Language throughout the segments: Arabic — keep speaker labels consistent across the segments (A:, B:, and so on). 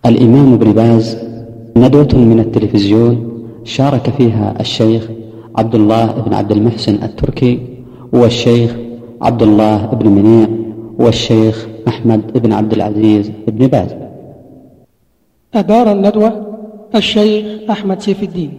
A: الإمام ابن باز ندوة من التلفزيون شارك فيها الشيخ عبد الله بن عبد المحسن التركي والشيخ عبد الله بن منيع والشيخ أحمد بن عبد العزيز بن باز.
B: أدار الندوة الشيخ أحمد سيف الدين.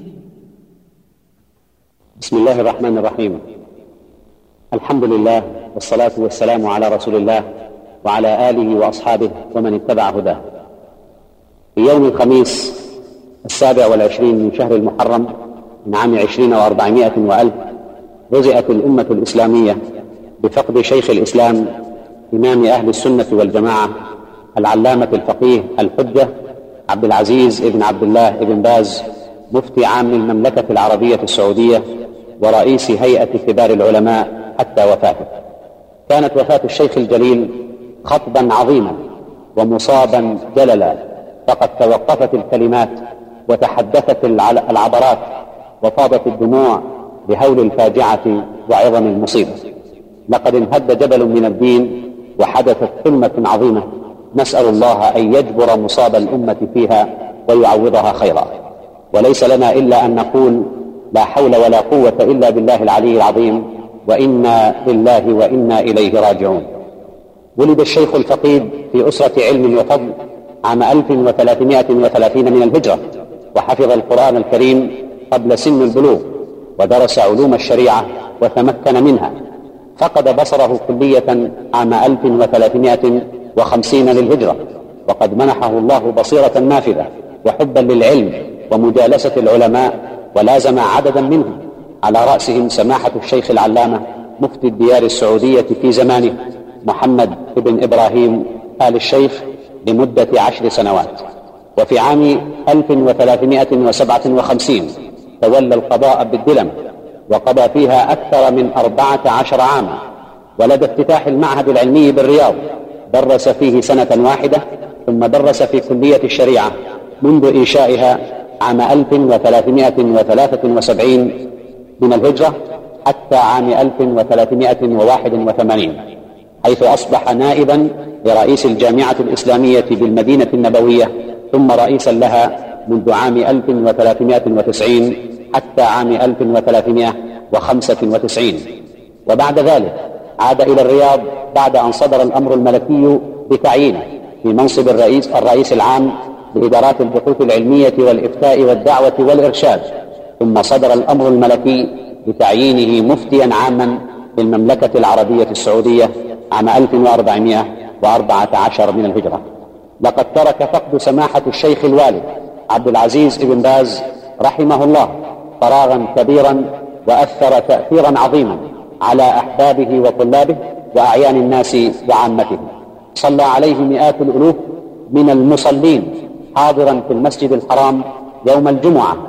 C: بسم الله الرحمن الرحيم. الحمد لله والصلاة والسلام على رسول الله وعلى آله وأصحابه ومن اتبع هداه. في يوم الخميس 27 من شهر المحرم من عام 20 و400 وألف رزئت الأمة الإسلامية بفقد شيخ الإسلام إمام أهل السنة والجماعة العلامة الفقيه الحجة عبد العزيز بن عبد الله بن باز، مفتي عام المملكة العربية السعودية ورئيس هيئة كبار العلماء حتى وفاته. كانت وفاة الشيخ الجليل خطبا عظيما ومصابا جللا، فقد توقفت الكلمات وتحدثت العبرات وفاضت الدموع بهول الفاجعة وعظم المصيبة. لقد انهد جبل من الدين وحدثت قمة عظيمة، نسأل الله أن يجبر مصاب الأمة فيها ويعوضها خيرا. وليس لنا إلا أن نقول لا حول ولا قوة إلا بالله العلي العظيم، وإنا لله وإنا إليه راجعون. ولد الشيخ الفقيد في أسرة علم وفضل عام 1330 من الهجرة، وحفظ القرآن الكريم قبل سن البلوغ، ودرس علوم الشريعة وتمكن منها. فقد بصره كلية عام 1350 للهجرة، وقد منحه الله بصيرة نافذة وحبا للعلم ومجالسة العلماء، ولازم عددا منهم، على رأسهم سماحة الشيخ العلامة مفتي الديار السعودية في زمانه محمد بن إبراهيم آل الشيخ لمدة 10 سنوات. وفي عام 1357 تولى القضاء بالدلم، وقضى فيها أكثر من 14 عاما. ولدى افتتاح المعهد العلمي بالرياض درس فيه سنة واحدة، ثم درس في كلية الشريعة منذ إنشائها عام 1373 من الهجرة حتى عام 1381، حيث أصبح نائبا لرئيس الجامعة الإسلامية بالمدينة النبوية، ثم رئيسا لها منذ عام 1390 حتى عام 1395. وبعد ذلك عاد إلى الرياض بعد أن صدر الأمر الملكي بتعيينه في منصب الرئيس العام لإدارات البحوث العلمية والإفتاء والدعوة والإرشاد، ثم صدر الأمر الملكي بتعيينه مفتيا عاما للمملكة العربية السعودية عام 1414 من الهجرة. لقد ترك فقد سماحة الشيخ الوالد عبد العزيز بن باز رحمه الله فراغا كبيرا، وأثر تأثيرا عظيما على أحبابه وطلابه وأعيان الناس وعامتهم. صلى عليه مئات الألوف من المصلين حاضرا في المسجد الحرام يوم الجمعة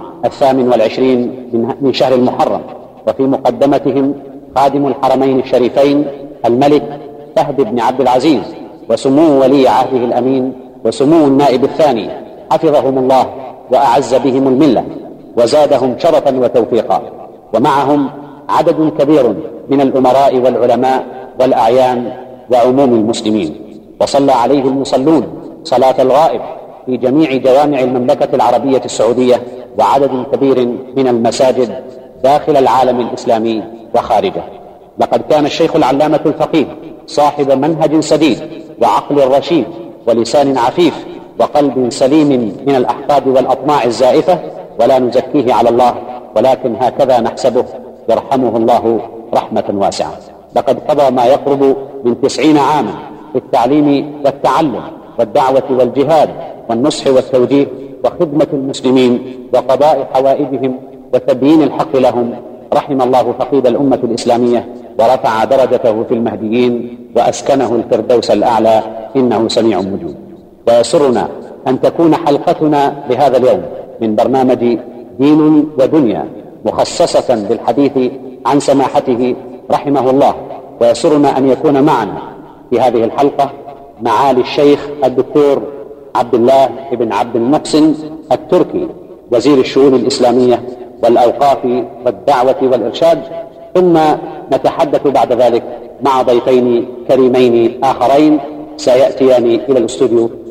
C: 28 من شهر المحرم، وفي مقدمتهم خادم الحرمين الشريفين الملك فهد بن عبد العزيز، وسمو ولي عهده الأمين، وسمو النائب الثاني، حفظهم الله وأعز بهم الملة وزادهم شرفا وتوفيقا. ومعهم عدد كبير من الأمراء والعلماء والأعيان وعموم المسلمين. وصلى عليه المصلون صلاة الغائب في جميع جوامع المملكة العربية السعودية وعدد كبير من المساجد داخل العالم الإسلامي وخارجه. لقد كان الشيخ العلامة الفقيه صاحب منهج سديد وعقل رشيد ولسان عفيف وقلب سليم من الأحقاد والأطماع الزائفة، ولا نزكيه على الله، ولكن هكذا نحسبه، يرحمه الله رحمة واسعة. لقد قضى ما يقرب من 90 عاما في التعليم والتعلم والدعوة والجهاد والنصح والتوجيه وخدمة المسلمين وقضاء حوائجهم وتبيين الحق لهم. رحم الله فقيد الأمة الإسلامية ورفع درجته في المهديين وأسكنه الفردوس الأعلى، إنه سميع مجيب. ويسرنا أن تكون حلقتنا لهذا اليوم من برنامج دين ودنيا مخصصة بالحديث عن سماحته رحمه الله. ويسرنا أن يكون معنا في هذه الحلقة معالي الشيخ الدكتور عبد الله بن عبد المحسن التركي، وزير الشؤون الإسلامية والأوقاف والدعوة والإرشاد. ثم نتحدث بعد ذلك مع ضيفين كريمين آخرين سيأتيان إلى الاستوديو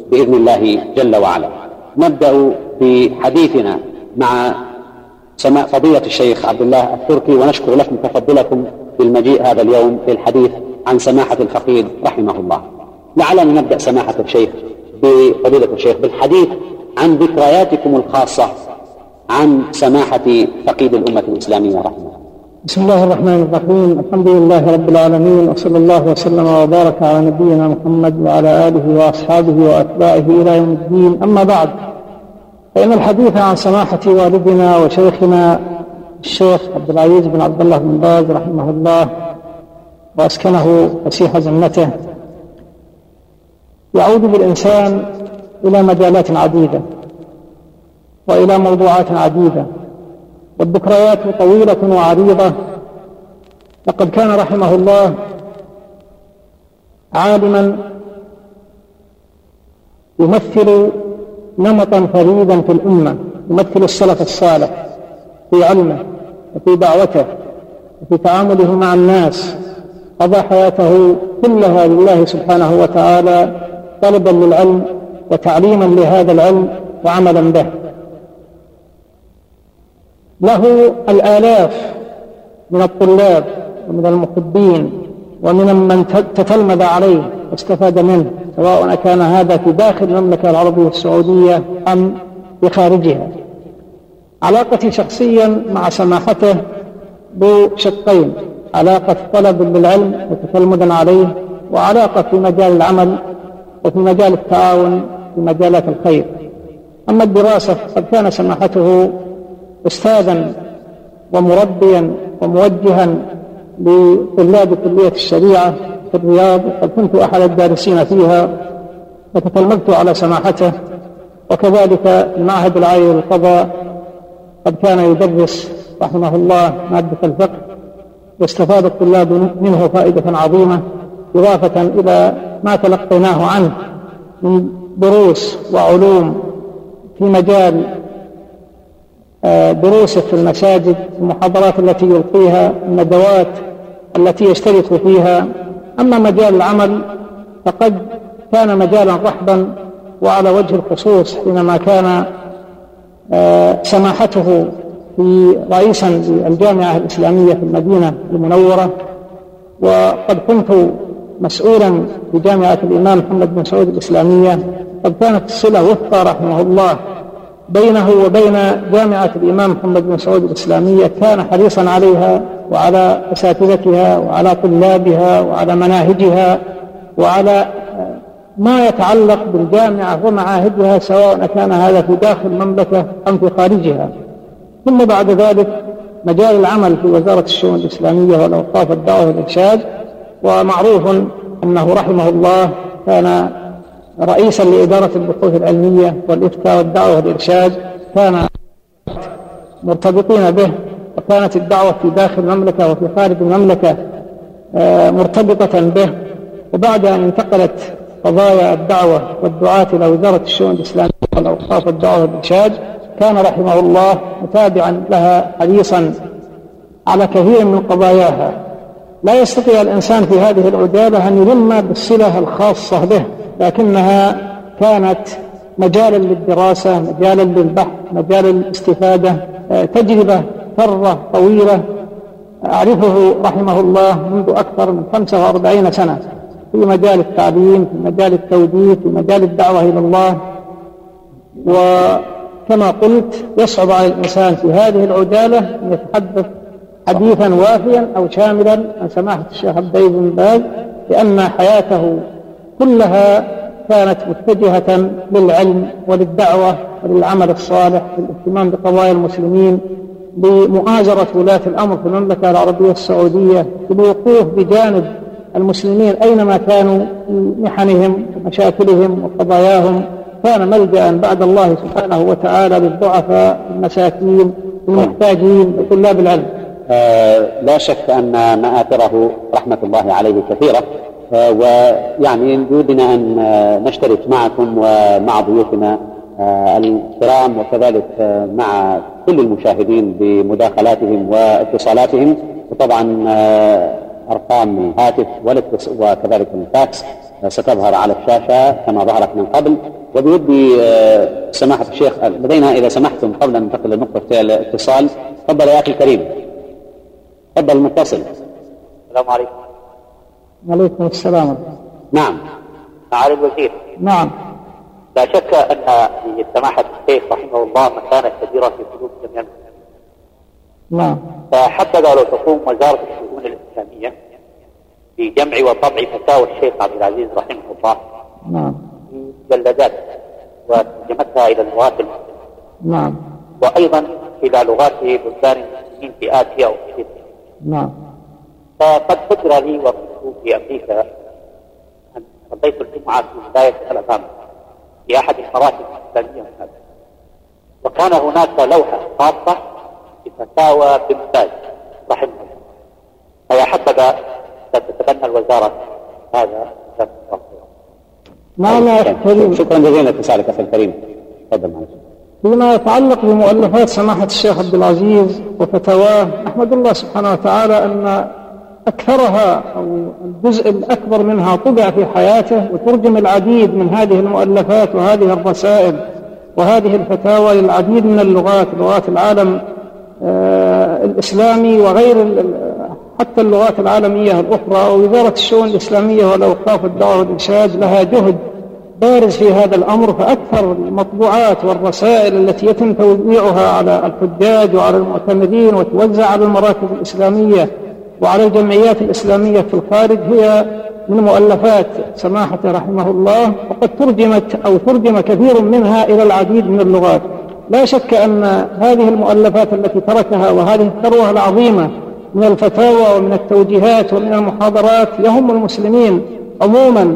C: بإذن الله جل وعلا. نبدأ بحديثنا مع فضيلة الشيخ عبد الله التركي، ونشكر لكم تفضلكم بالمجيء هذا اليوم للحديث عن سماحة الفقيد رحمه الله. لعلنا نبدأ سماحة الشيخ بفضيلة الشيخ بالحديث عن ذكرياتكم الخاصة عن سماحة فقيد الأمة الإسلامية رحمه الله.
D: بسم الله الرحمن الرحيم. الحمد لله رب العالمين، وصلى الله وسلم وبارك على نبينا محمد وعلى آله وأصحابه وأتباعه إلى يوم الدين. أما بعد، فإن الحديث عن سماحة والدنا وشيخنا الشيخ عبد العزيز بن عبد الله بن باز رحمه الله وأسكنه فسيح جنته يعود بالإنسان إلى مجالات عديدة وإلى موضوعات عديدة، والذكريات طويلة وعريضة. لقد كان رحمه الله عالما يمثل نمطا فريدا في الأمة، يمثل السلف الصالح في علمه وفي دعوته وفي تعامله مع الناس. قضى حياته كلها لله سبحانه وتعالى طلبا للعلم وتعليما لهذا العلم وعملا به. له الآلاف من الطلاب ومن المحبين ومن من تتلمذ عليه واستفاد منه، سواء كان هذا في داخل المملكة العربية السعودية أم في خارجها. علاقتي شخصيا مع سماحته بشقين: علاقة طلب للعلم وتتلمذ عليه، وعلاقة في مجال العمل وفي مجال التعاون في مجالات الخير. أما الدراسة فقد كان سماحته أستاذا ومربيا وموجها لطلاب كلية الشريعة في الرياض، وقد كنت أحد الدارسين فيها وتتلمذت على سماحته. وكذلك المعهد العالي للقضاء قد كان يدرس رحمه الله مادة الفقه، واستفاد الطلاب منه فائدة عظيمة، إضافة إلى ما تلقيناه عنه من دروس وعلوم في مجال دروسه في المساجد، المحاضرات التي يلقيها، الندوات التي يشترك فيها. أما مجال العمل فقد كان مجالا رحبا، وعلى وجه الخصوص حينما كان سماحته رئيسا للجامعة الإسلامية في المدينة المنورة، وقد كنت مسؤولا في جامعة الإمام محمد بن سعود الإسلامية. قد كانت الصلة وثقى رحمه الله بينه وبين جامعة الإمام محمد بن سعود الإسلامية، كان حريصا عليها وعلى أساتذتها وعلى طلابها وعلى مناهجها وعلى ما يتعلق بالجامعة ومعاهدها، سواء كان هذا في داخل المملكة أم في خارجها. ثم بعد ذلك مجال العمل في وزارة الشؤون الإسلامية والأوقاف والدعوة والإرشاد، ومعروف أنه رحمه الله كان رئيسا لإدارة البحوث العلمية والإفتاء والدعوة والإرشاد، كان مرتبطين به، وكانت الدعوة في داخل المملكة وفي خارج المملكة مرتبطة به. وبعد أن انتقلت قضايا الدعوة والدعاة إلى وزارة الشؤون الإسلامية والأوقاف والدعوة والإرشاد، كان رحمه الله متابعا لها حريصا على كثير من قضاياها. لا يستطيع الإنسان في هذه العجالة أن يلم بالصلة الخاصة به، لكنها كانت مجالا للدراسة، مجالا للبحث، مجالا للاستفادة، تجربة فرة طويلة أعرفه رحمه الله منذ أكثر من 45 سنة في مجال التعليم، في مجال التوجيه، في مجال الدعوة إلى الله. وكما قلت يصعب على الإنسان في هذه العجالة أن يتحدث حديثا وافيا أو شاملا عن سماحة الشيخ عبد العزيز بن باز، لأن حياته كلها كانت متجهة للعلم وللدعوة وللعمل الصالح، للاهتمام بقضايا المسلمين، بمؤازرة ولاة الأمر في المملكة العربية السعودية، بالوقوف بجانب المسلمين أينما كانوا في محنهم ومشاكلهم وقضاياهم. كان ملجأ بعد الله سبحانه وتعالى للضعفاء، المساكين، المحتاجين، وطلاب العلم.
C: لا شك أن مآثره رحمة الله عليه كثيرة، ويعني بودنا أن نشترك معكم ومع ضيوفنا الكرام وكذلك مع كل المشاهدين بمداخلاتهم واتصالاتهم، وطبعا أرقام الهاتف وكذلك الفاكس ستظهر على الشاشة كما ظهرت من قبل. وبودي سماحة الشيخ لدينا إذا سمحتم قبل أن ننتقل لنقطة الاتصال. تفضل يا أخي الكريم، تفضل المتصل.
E: السلام عليكم.
D: وعليكم السلام.
C: نعم.
E: معالي الوزير.
D: نعم.
E: لا شك أن لسماحة الشيخ رحمه الله مكانة كبيرة في قلوب جميع المسلمين.
D: نعم.
E: فحبذا لو تقوم وزارة الشؤون الإسلامية بجمع وطبع فتاوى الشيخ عبد العزيز رحمه الله.
D: نعم.
E: في مجلدات وترجمتها إلى اللغات المسلمة.
D: نعم.
E: وأيضا إلى لغات بلدان المسلمين في آسيا وأفريقيا.
D: نعم.
E: فقد ذكر لي وكنت في أمريكا أن صليت الجمعة في ولاية ألاباما في أحد المراكز الإسلامية هناك، وكان هناك لوحة خاصة بفتاوى بن باز رحمه الله. فيا حبذا تتبنى الوزارة هذا.
D: نعم يا أخي الكريم.
C: شكرا جزيلا لاتصالك أخي الكريم. تفضل معنا.
D: فيما يتعلق بمؤلفات سماحة الشيخ عبد العزيز وفتاواه، أحمد الله سبحانه وتعالى أن أكثرها أو الجزء الأكبر منها طبع في حياته، وترجم العديد من هذه المؤلفات وهذه الرسائل وهذه الفتاوى للعديد من اللغات، لغات العالم الإسلامي وغير حتى اللغات العالمية الأخرى. ووزارة الشؤون الإسلامية والأوقاف والدعوة والإرشاد لها جهد بارز في هذا الأمر، فأكثر المطبوعات والرسائل التي يتم توزيعها على الحجاج وعلى المعتمرين وتوزع على المراكز الإسلامية وعلى الجمعيات الإسلامية في الخارج هي من مؤلفات سماحته رحمه الله، وقد ترجمت أو ترجم كثير منها إلى العديد من اللغات. لا شك أن هذه المؤلفات التي تركها وهذه الثروة العظيمة من الفتاوى ومن التوجيهات ومن المحاضرات يهم المسلمين عموما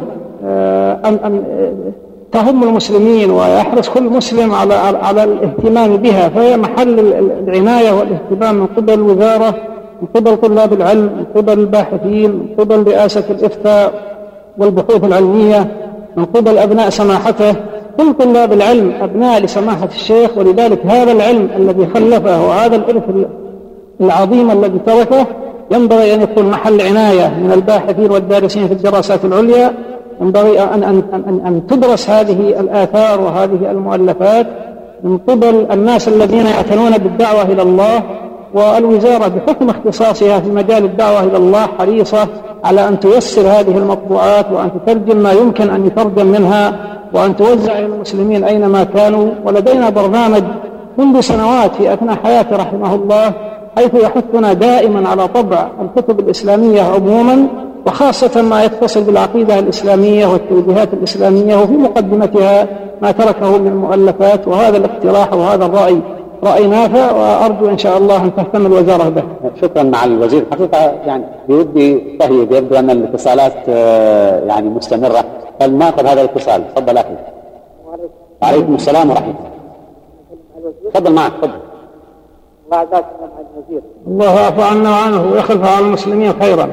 D: أن تهم المسلمين، ويحرص كل مسلم على الاهتمام بها، فهي محل العناية والاهتمام من قبل الوزارة، من قبل طلاب العلم، من قبل الباحثين، من قبل رئاسة الإفتاء والبحوث العلمية، من قبل أبناء سماحته. كل طلاب العلم أبناء لسماحة الشيخ، ولذلك هذا العلم الذي خلفه وهذا الإرث العظيم الذي تركه ينبغي أن يكون محل عناية من الباحثين والدارسين في الدراسات العليا. ينبغي أن تدرس هذه الآثار وهذه المؤلفات من قبل الناس الذين يعتنون بالدعوة إلى الله. والوزارة بحكم اختصاصها في مجال الدعوة إلى الله حريصة على أن تيسر هذه المطبوعات وأن تترجم ما يمكن أن يترجم منها وأن توزع إلى المسلمين أينما كانوا. ولدينا برنامج منذ سنوات في أثناء حياته رحمه الله حيث يحثنا دائما على طبع الكتب الإسلامية عموما، وخاصة ما يتصل بالعقيدة الإسلامية والتوجيهات الإسلامية، وفي مقدمتها ما تركه من المؤلفات. وهذا الاقتراح وهذا الرأي رأي نافع، وأرجو إن شاء الله أن تهتم الوزارة به.
C: شكرا مع الوزير. حقيقة يعني بودي طيب يبدو أن الاتصالات يعني مستمرة، فلنأخذ هذا الاتصال. تفضل أخي. وعليكم السلام ورحمة الله. تفضل معك. تفضل.
E: الله يجزاك مع الوزير.
D: الله يعفو عنا وعنه ويخلف على المسلمين خيرا.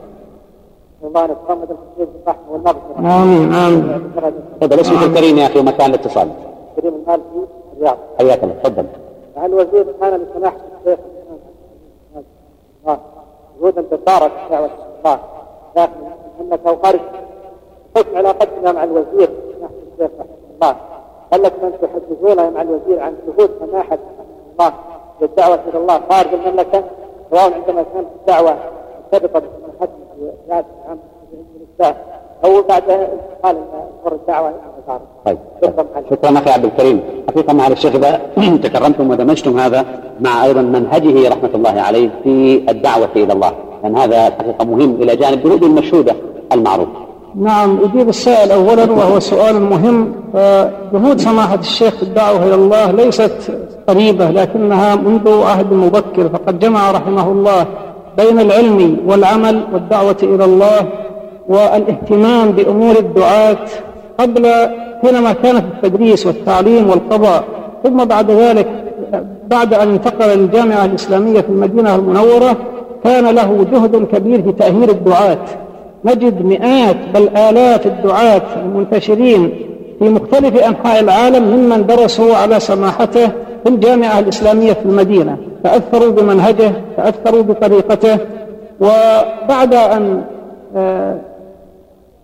E: الله نتغمد الخير بالرحمة والمغفرة.
D: آمين آمين.
C: تفضل اسمك الكريم يا أخي ومكان الاتصال.
E: كريم المالكي الرياض.
C: حياك الله. تفضل.
E: مع الوزير كان لسماحة الشيخ جهودا جبارة في دعوة الله داخل المملكة وخارج. حكم علاقتنا مع الوزير سماحة الشيخ رحمه الله، هل لكم أن تحدثونا مع الوزير عن جهود سماحة الله للدعوة إلى الله خارج المملكة، سواء عندما كانت الدعوة مرتبطة بسماحته في رئاسة العام الإفتاء أو بعد انتقال أمور الدعوة إلى الوزارة.
C: طيب. شكرا أخي عبد الكريم. حقيقة مع الشيخ إذا تكرمتم ودمجتم هذا مع أيضا منهجه رحمة الله عليه في الدعوة إلى الله، لأن هذا الحقيقة مهم إلى جانب جهود المشهودة المعروف.
D: نعم، أجيب السائل أولا وهو سؤال مهم. جهود سماحة الشيخ في الدعوة إلى الله ليست قريبة، لكنها منذ عهد مبكر، فقد جمع رحمه الله بين العلم والعمل والدعوة إلى الله والاهتمام بأمور الدعاة قبل حينما كان في التدريس والتعليم والقضاء، ثم بعد ذلك بعد أن انتقل للجامعة الإسلامية في المدينة المنورة كان له جهد كبير في تأهيل الدعاة. نجد مئات بل آلاف الدعاة المنتشرين في مختلف أنحاء العالم ممن درسوا على سماحته في الجامعة الإسلامية في المدينة، تأثروا بمنهجه، تأثروا بطريقته. وبعد أن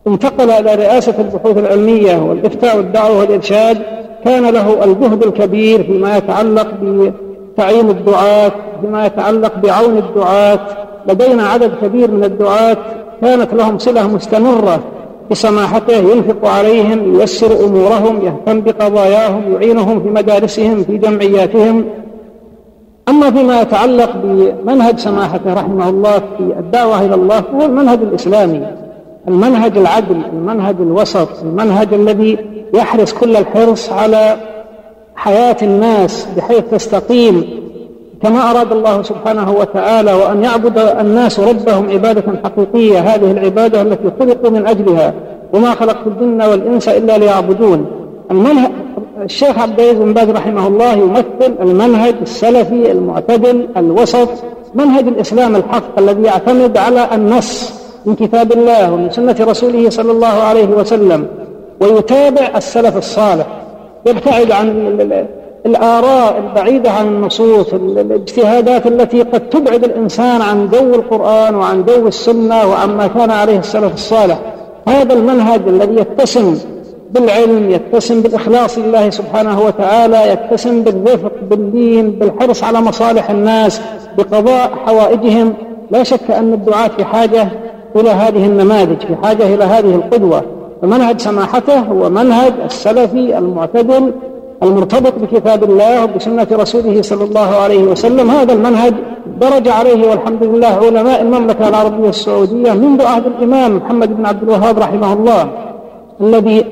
D: انتقل إلى رئاسة البحوث العلمية والإفتاء والدعوة والإرشاد، كان له الجهد الكبير فيما يتعلق بتعيين الدعاة، فيما يتعلق بعون الدعاة. لدينا عدد كبير من الدعاة كانت لهم صلة مستمرة بسماحته، ينفق عليهم، ييسر أمورهم، يهتم بقضاياهم، يعينهم في مدارسهم، في جمعياتهم. أما فيما يتعلق بمنهج سماحته رحمه الله في الدعوة إلى الله فهو المنهج الإسلامي، المنهج العدل، المنهج الوسط، المنهج الذي يحرص كل الحرص على حياة الناس بحيث تستقيم كما أراد الله سبحانه وتعالى، وأن يعبد الناس ربهم عبادة حقيقية، هذه العبادة التي خلقوا من أجلها، وما خلقت الجن والإنس إلا ليعبدون. الشيخ عبد العزيز بن باز رحمه الله يمثل المنهج السلفي المعتدل الوسط، منهج الإسلام الحق الذي يعتمد على النص من كتاب الله ومن سنة رسوله صلى الله عليه وسلم، ويتابع السلف الصالح، يبتعد عن الآراء البعيدة عن النصوص، الاجتهادات التي قد تبعد الإنسان عن جو القرآن وعن جو السنة وعما كان عليه السلف الصالح. هذا المنهج الذي يتسم بالعلم، يتسم بالإخلاص لله سبحانه وتعالى، يتسم بالرفق، باللين، بالحرص على مصالح الناس، بقضاء حوائجهم. لا شك أن الدعاة في حاجة إلى هذه النماذج، في حاجة إلى هذه القدوة. فمنهج سماحته هو منهج السلفي المعتدل المرتبط بكتاب الله وبسنة رسوله صلى الله عليه وسلم. هذا المنهج درج عليه والحمد لله علماء المملكة العربية السعودية منذ عهد الإمام محمد بن عبد الوهاب رحمه الله، الذي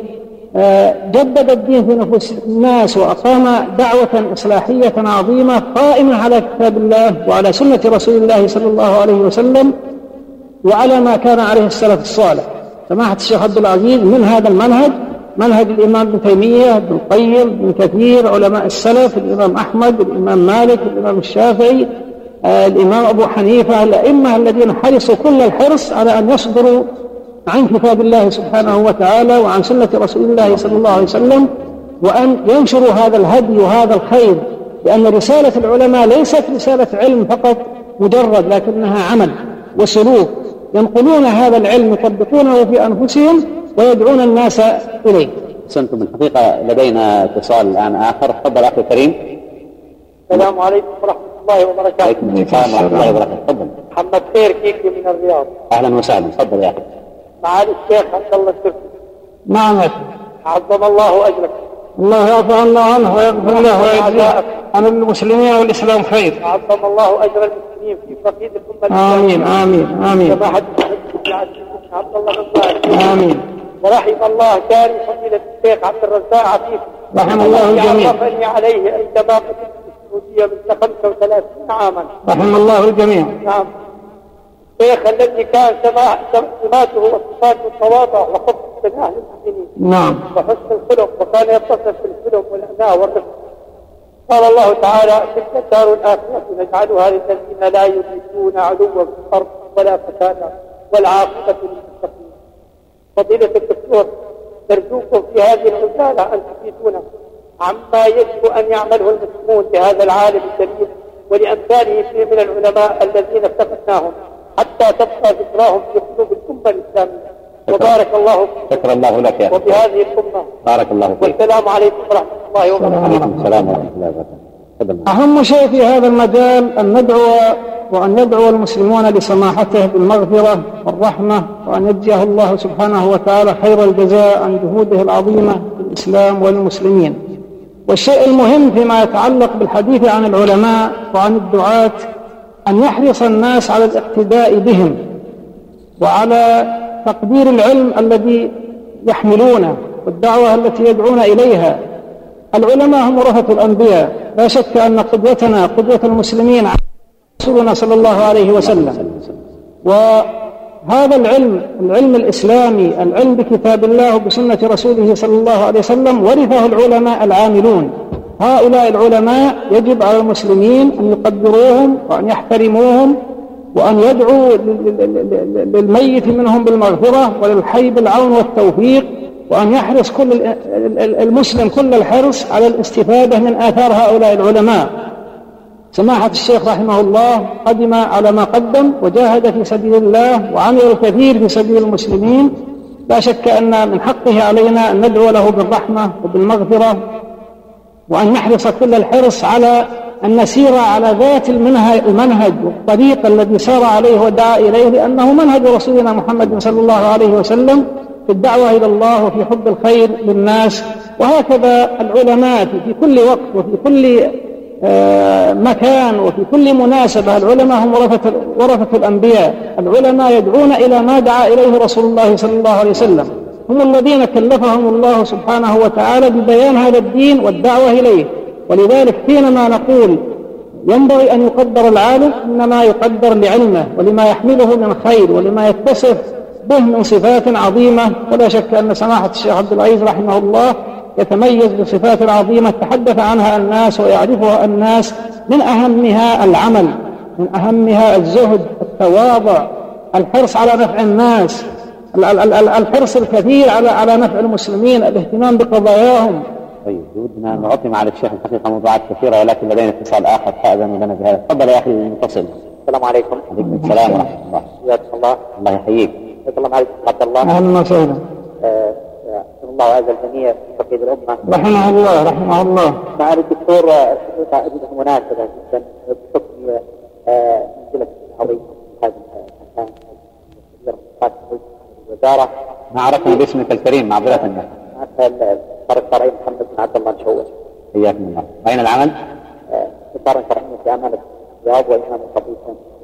D: جدد الدين في نفوس الناس وأقام دعوة إصلاحية عظيمة قائمة على كتاب الله وعلى سنة رسول الله صلى الله عليه وسلم وعلى ما كان عليه السلف الصالح. سماحة الشيخ عبد العزيز من هذا المنهج، منهج الإمام ابن تيمية، ابن القيم، ابن كثير، علماء السلف، الإمام أحمد، الإمام مالك، الإمام الشافعي، الإمام أبو حنيفة، الأئمة الذين حرصوا كل الحرص على أن يصدروا عن كتاب الله سبحانه وتعالى وعن سنة رسول الله صلى الله عليه وسلم، وأن ينشروا هذا الهدي وهذا الخير، لأن رسالة العلماء ليست رسالة علم فقط مجرد، لكنها عمل وسلوك، ينقلون هذا العلم يطبقونه في أنفسهم ويدعون الناس إليه.
C: أحسنتم. من الحقيقة لدينا اتصال الآن آخر. تفضل أخي الكريم.
E: السلام عليكم ورحمة الله وبركاته.
C: وعليكم السلام ورحمة الله وبركاته. تفضل.
E: محمد خير كيكي من الرياض.
C: أهلا وسهلا. تفضل يا أخي.
E: معالي الشيخ عبد الله التركي.
D: نعم يا أخي.
E: عظم الله أجرك.
D: الله يعفو عنا عنه ويغفر له ويجزيه عن المسلمين والإسلام خير.
E: عظم الله أجر المسلمين في فقيد الأمة.
D: آمين آمين آمين.
E: سماحة عبد الله بن باز.
D: آمين.
E: ورحم الله كاري فضيلة الشيخ عبد الرزاق عفيف.
D: رحم الله الجميع.
E: عرفني عليه عندما قدمت السعودية من 35 عاما.
D: رحم الله الجميع.
E: نعم. الشيخ الذي كان سماته وصفاته التواضع وحب السماح للمسلمين.
D: نعم.
E: وحسن الخلق، وكان يتصف بالحلم والأناة والرفق. قال الله تعالى: تلك الدار الآخرة نجعلها للذين لا يريدون علوا في الأرض ولا فسادا والعاقبة للمتقين. فضيلة الدكتور، نرجوكم في هذه الرسالة أن تفيدونا عما يجب أن يعمله المسلمون لهذا العالم الجليل ولأمثاله من العلماء الذين افتقدناهم حتى تبقى ذكراهم في قلوب الأمة الإسلامية. وبارك الله فيكم.
C: شكرا الله لك يا أخي.
E: وبهذه الأمة.
C: بارك الله فيك.
E: والسلام عليكم ورحمة الله وبركاته.
C: وعليكم السلام ورحمة الله وبركاته.
D: أهم شيء في هذا المجال أن ندعو وأن يدعو المسلمون لسماحته بالمغفرة والرحمة، وأن يجزيه الله سبحانه وتعالى خير الجزاء عن جهوده العظيمة في الإسلام والمسلمين. والشيء المهم فيما يتعلق بالحديث عن العلماء وعن الدعاة أن يحرص الناس على الاقتداء بهم وعلى تقدير العلم الذي يحملونه والدعوة التي يدعون إليها. العلماء هم ورثة الأنبياء، لا شك أن قدوتنا قدوة المسلمين رسولنا صلى الله عليه وسلم. وهذا العلم الإسلامي، العلم بكتاب الله وبسنة رسوله صلى الله عليه وسلم، ورثه العلماء العاملون. هؤلاء العلماء يجب على المسلمين أن يقدروهم وأن يحترموهم وأن يدعوا للميت منهم بالمغفرة وللحي بالعون والتوفيق، وأن يحرص كل المسلم كل الحرص على الاستفادة من آثار هؤلاء العلماء. سماحة الشيخ رحمه الله قدم على ما قدم وجاهد في سبيل الله وعمل الكثير في سبيل المسلمين، لا شك أن من حقه علينا أن ندعو له بالرحمة وبالمغفرة، وأن نحرص كل الحرص على أن نسير على ذات المنهج والطريق الذي سار عليه ودعا إليه، لأنه منهج رسولنا محمد صلى الله عليه وسلم في الدعوة إلى الله وفي حب الخير للناس. وهكذا العلماء في كل وقت وفي كل مكان وفي كل مناسبة، العلماء هم ورثة الأنبياء، العلماء يدعون إلى ما دعا إليه رسول الله صلى الله عليه وسلم، هم الذين كلفهم الله سبحانه وتعالى ببيان هذا الدين والدعوة إليه. ولذلك حينما نقول ينبغي أن يقدر العالم، إنما يقدر لعلمه ولما يحمله من خير ولما يتصف به من صفات عظيمة. ولا شك أن سماحة الشيخ عبد العزيز رحمه الله يتميز بصفات عظيمة تحدث عنها الناس ويعرفها الناس، من أهمها العمل، من أهمها الزهد، التواضع، الحرص على نفع الناس، الحرص الكثير على نفع المسلمين، الاهتمام بقضاياهم.
C: طيب ودنا نغطي مع الشيخ الحقيقة موضوعات كثيرة، ولكن لدينا اتصال آخر فأذن لنا بهذا. تفضل يا أخي المتصل.
E: السلام عليكم.
C: وعليكم السلام ورحمة الله.
E: حياكم الله.
C: الله يحييك.
E: السلام عليكم عبد الله.
D: أهلا وسهلا.
E: الله عز الجميع في تقييد الأمة.
D: رحمه الله رحمه الله.
E: مع الدكتور الحقيقة أجد مناسبة جدا بحكم منزلة العظيم في هذا المكان الوزارة.
C: ما عرفنا باسمك الكريم معذرة منك.
E: صار الشرعي محمد بن عبد الله مشوش.
C: حياكم الله. أين العمل؟
E: صار الشرعي في أمانة الرياض وإمام الخطيب.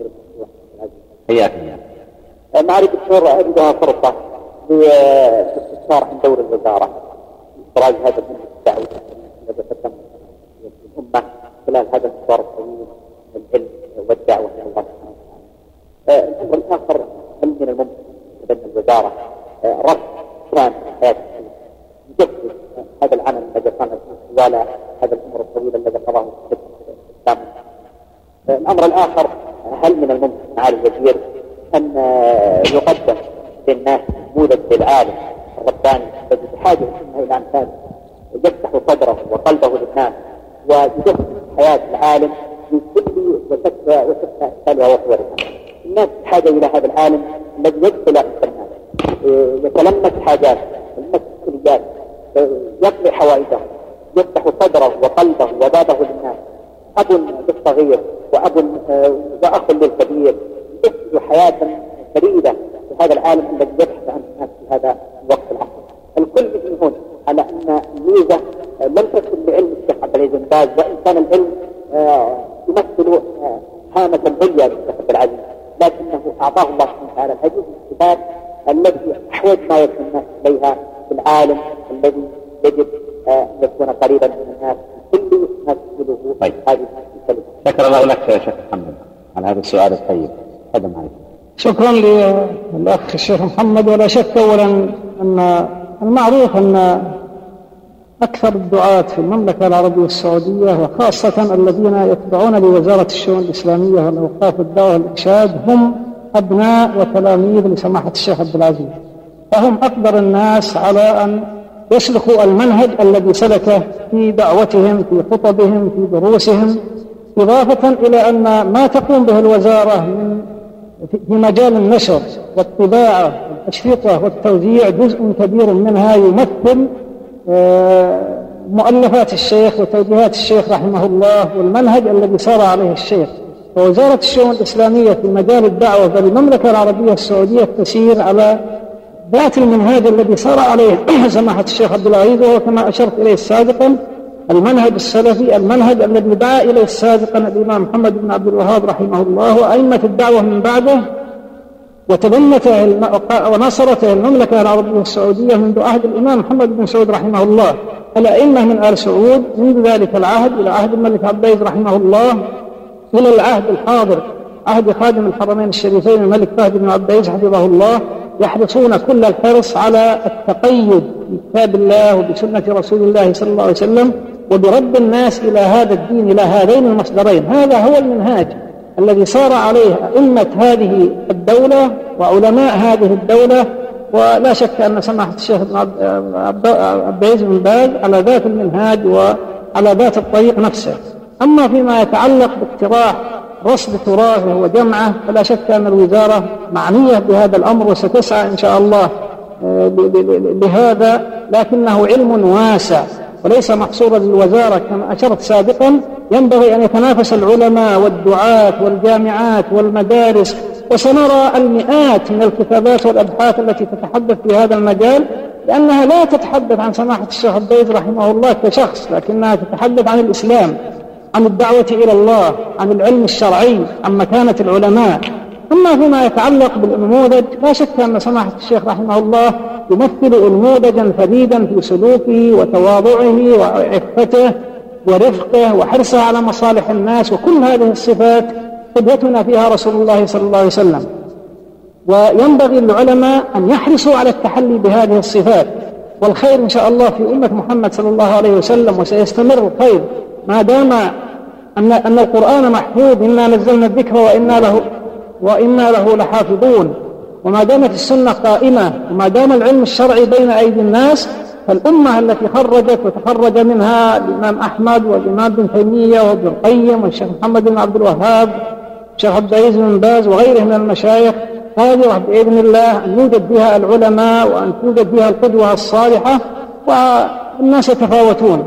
C: حياكم الله.
E: مع الدكتور أجدها فرصة لاستفسار عن دور الوزارة في إخراج هذا الدعوة الذي قدم الأمة خلال هذا المشوار الطويل العلم والدعوة إلى الله سبحانه وتعالى. الأمر الآخر، هل من الممكن أن الوزارة رفع كان حياة يجدد هذا العمل الذي قام به طوال هذا الأمر الطويل الذي قضاه الإسلام؟ الأمر الآخر، هل من الممكن معالي الوزير أن يقدم للناس نموذج للعالم الرباني الذي بحاجة إلى أمثال يفتح صدره وقلبه للناس ويجسد حياة العالم في كل وشتى أشكالها وصورها؟ الناس بحاجة إلى هذا العالم الذي يدخل الناس، يتلمس حاجات، يتلمس مسؤوليات، يقضي حوائجه، يفتح صدره وقلبه وبابه للناس، أب للصغير وأخ للكبير، يجسد حياة فريدة في هذا العالم الذي يبحث عن الناس في هذا الوقت العصر. الكل يجمعون على أن الميزة لم تكن لعلم الشيخ عبد العزيز بن باز، وإن كان العلم يمثل هامة عليا للشيخ عبد العزيز، لكنه أعطاه الله سبحانه وتعالى هذه الصفات التي أحوج ما يكون الناس إليها في العالم الذي يجب أن يكون قريبا من الناس في كل ما تقوله هذه الكلمة.
C: شكرا الله لك يا شيخ محمد على هذا السؤال الطيب. تفضل معي.
D: شكرا للأخ الشيخ محمد. ولا شك أولا أن المعروف أن أكثر الدعاة في المملكة العربية السعودية وخاصة الذين يتبعون لوزارة الشؤون الإسلامية والأوقاف والدعوة والإرشاد هم أبناء وتلاميذ لسماحة الشيخ عبد العزيز، فهم أقدر الناس على أن يسلكوا المنهج الذي سلكه في دعوتهم، في خطبهم، في دروسهم، إضافة إلى أن ما تقوم به الوزارة في مجال النشر والطباعة والتشريطة والتوزيع جزء كبير منها يمثل مؤلفات الشيخ وتوجيهات الشيخ رحمه الله والمنهج الذي سار عليه الشيخ. فوزارة الشؤون الإسلامية في مجال الدعوة بالمملكة العربية السعودية تسير على ذات المنهج الذي سار عليه سماحة الشيخ عبد العزيز، وهو كما أشرت إليه سابقا المنهج السلفي، المنهج الذي دعا إليه سابقا الإمام محمد بن عبد الوهاب رحمه الله وأئمة الدعوة من بعده، وتبنته ونصرته المملكة العربية السعودية منذ عهد الإمام محمد بن سعود رحمه الله، الأئمة من آل سعود منذ ذلك العهد إلى عهد الملك عبد العزيز رحمه الله إلى العهد الحاضر عهد خادم الحرمين الشريفين الملك فهد بن عبد العزيز حفظه الله، يحرصون كل الحرص على التقيد بكتاب الله وبسنة رسول الله صلى الله عليه وسلم وبرد الناس إلى هذا الدين، إلى هذين المصدرين. هذا هو المنهاج الذي صار عليه أئمة هذه الدولة وعلماء هذه الدولة، ولا شك أن سماحة الشيخ عبد العزيز بن باز على ذات المنهاج وعلى ذات الطريق نفسه. أما فيما يتعلق باقتراح رصد تراثه وجمعه، فلا شك أن الوزارة معنية بهذا الأمر وستسعى إن شاء الله لهذا، لكنه علم واسع وليس محصورا للوزارة كما أشرت سابقا. ينبغي أن يتنافس العلماء والدعاة والجامعات والمدارس، وسنرى المئات من الكتابات والأبحاث التي تتحدث في هذا المجال، لأنها لا تتحدث عن سماحة الشيخ عبيد رحمه الله كشخص، لكنها تتحدث عن الإسلام، عن الدعوة إلى الله، عن العلم الشرعي، عن مكانة العلماء. أما فيما يتعلق بالنموذج، لا شك أن سماحة الشيخ رحمه الله يمثل نموذجا فريدا في سلوكه وتواضعه وعفته ورفقه وحرصه على مصالح الناس، وكل هذه الصفات قدوتنا فيها رسول الله صلى الله عليه وسلم. وينبغي للعلماء أن يحرصوا على التحلي بهذه الصفات، والخير إن شاء الله في أمة محمد صلى الله عليه وسلم، وسيستمر الخير ما دام أن القرآن محفوظ، إنا نزلنا الذكر وإنا له لحافظون، وما دامت السنة قائمة، وما دام العلم الشرعي بين أيدي الناس، فالأمة التي خرجت وتخرج منها الإمام أحمد والإمام بن تيمية وابن القيم والشيخ محمد بن عبد الوهاب والشيخ عبد العزيز بن باز وغيره من المشايخ، قادرة بإذن الله أن يوجد بها العلماء وأن توجد بها القدوة الصالحة، والناس يتفاوتون.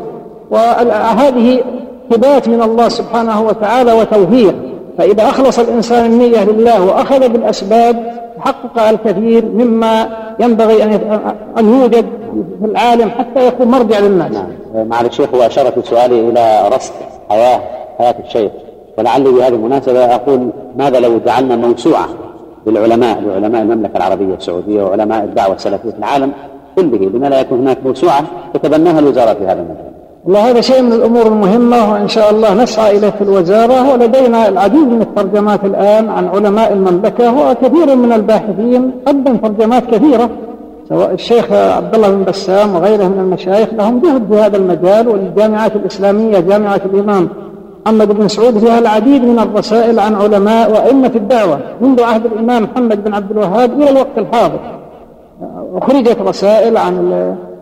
D: وهذه هبات من الله سبحانه وتعالى وتوفيق، فإذا أخلص الإنسان النية لله وأخذ بالأسباب حقق الكثير مما ينبغي أن يوجد في العالم حتى يكون مرجع للناس.
C: معالي الشيخ، هو أشار في سؤالي إلى رصد حياة الشيخ، ولعلي بهذه المناسبة أقول ماذا لو جعلنا موسوعة للعلماء المملكة العربية السعودية وعلماء الدعوة السلفية في العالم كله، لما لا يكون هناك موسوعة تتبناها الوزارة في هذا المجال؟
D: والله هذا شيء من الأمور المهمة، وإن شاء الله نسعى إليه في الوزارة. ولدينا العديد من الترجمات الآن عن علماء المملكة، وكثير من الباحثين قدم ترجمات كثيرة، سواء الشيخ عبد الله بن بسام وغيره من المشايخ لهم جهد في هذا المجال. والجامعات الإسلامية، جامعة الإمام محمد بن سعود، فيها العديد من الرسائل عن علماء وأئمة الدعوة منذ عهد الإمام محمد بن عبد الوهاب إلى الوقت الحاضر. أخرجت رسائل عن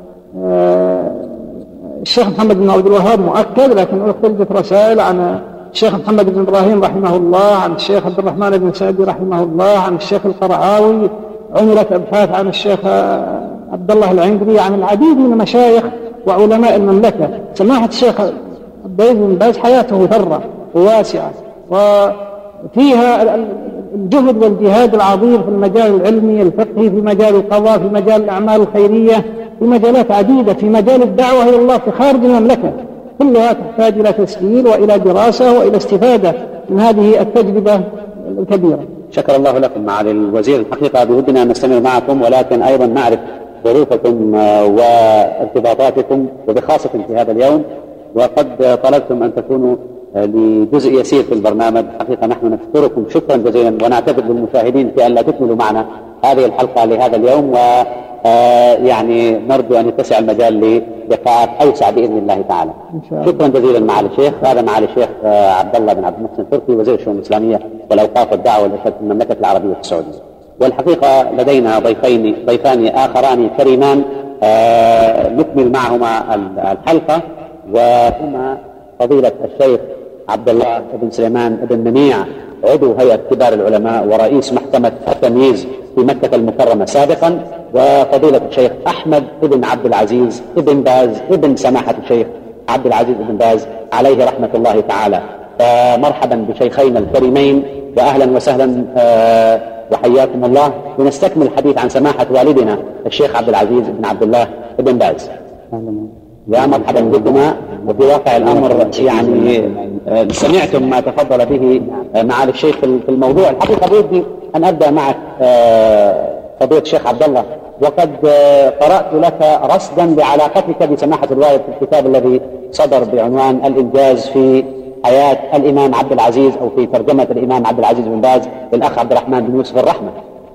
D: الشيخ محمد بن عبد الوهاب مؤكد، لكن أخرجت رسائل عن الشيخ محمد بن إبراهيم رحمه الله، عن الشيخ عبد الرحمن بن سعدي رحمه الله، عن الشيخ القرعاوي، عملت أبحاث عن الشيخ عبد الله العنقري، عن العديد من مشايخ وعلماء المملكة. سماحة الشيخ عبد العزيز بن باز حياته ثرة وواسعة، وفيها الجهد والجهاد العظيم في المجال العلمي الفقهي، في مجال القضاء، في مجال الأعمال الخيرية، في مجالات عديدة، في مجال الدعوة إلى الله في خارج المملكة، كلها تحتاج إلى تسجيل وإلى دراسة وإلى استفادة من هذه التجربة الكبيرة.
C: شكر الله لكم معالي الوزير. الحقيقة بودنا أن نستمر معكم، ولكن أيضا نعرف ظروفكم وارتباطاتكم، وبخاصة في هذا اليوم، وقد طلبتم أن تكونوا لجزء يسير في البرنامج. حقيقة نحن نشكركم شكرا جزيلا، ونعتذر للمشاهدين في أن لا تكملوا معنا هذه الحلقة لهذا اليوم، يعني نرجو أن يتسع المجال للقاءات أوسع بإذن الله تعالى. شكرا جزيلا معالي الشيخ. هذا معالي الشيخ عبد الله بن عبد المحسن التركي، وزير الشؤون الإسلامية والأوقاف والدعوة والإرشاد في المملكة العربية السعودية. والحقيقة لدينا ضيفان آخران كريمان نكمل معهما الحلقة، وهما فضيلة الشيخ عبد الله بن سليمان بن منيع، عضو هيئة كبار العلماء ورئيس محكمة التمييز في مكة المكرمة سابقا، وفضيلة الشيخ أحمد بن عبد العزيز بن باز ابن سماحة الشيخ عبد العزيز بن باز عليه رحمة الله تعالى. فمرحبا بشيخينا الكريمين، وأهلا وسهلا وحياكم الله. ونستكمل الحديث عن سماحة والدنا الشيخ عبد العزيز بن عبد الله بن باز. يا مرحبا بكما. وفي واقع الأمر يعني سمعتم ما تفضل به معالي الشيخ في الموضوع. الحقيقة بودي أن أبدأ معك فضيلة الشيخ عبد الله، وقد قرأت لك رصدا لعلاقتك بسماحة الوالد في الكتاب الذي صدر بعنوان الإنجاز في حياة الإمام عبد العزيز، أو في ترجمة الإمام عبد العزيز بن باز للأخ عبد الرحمن بن يوسف الرحمة،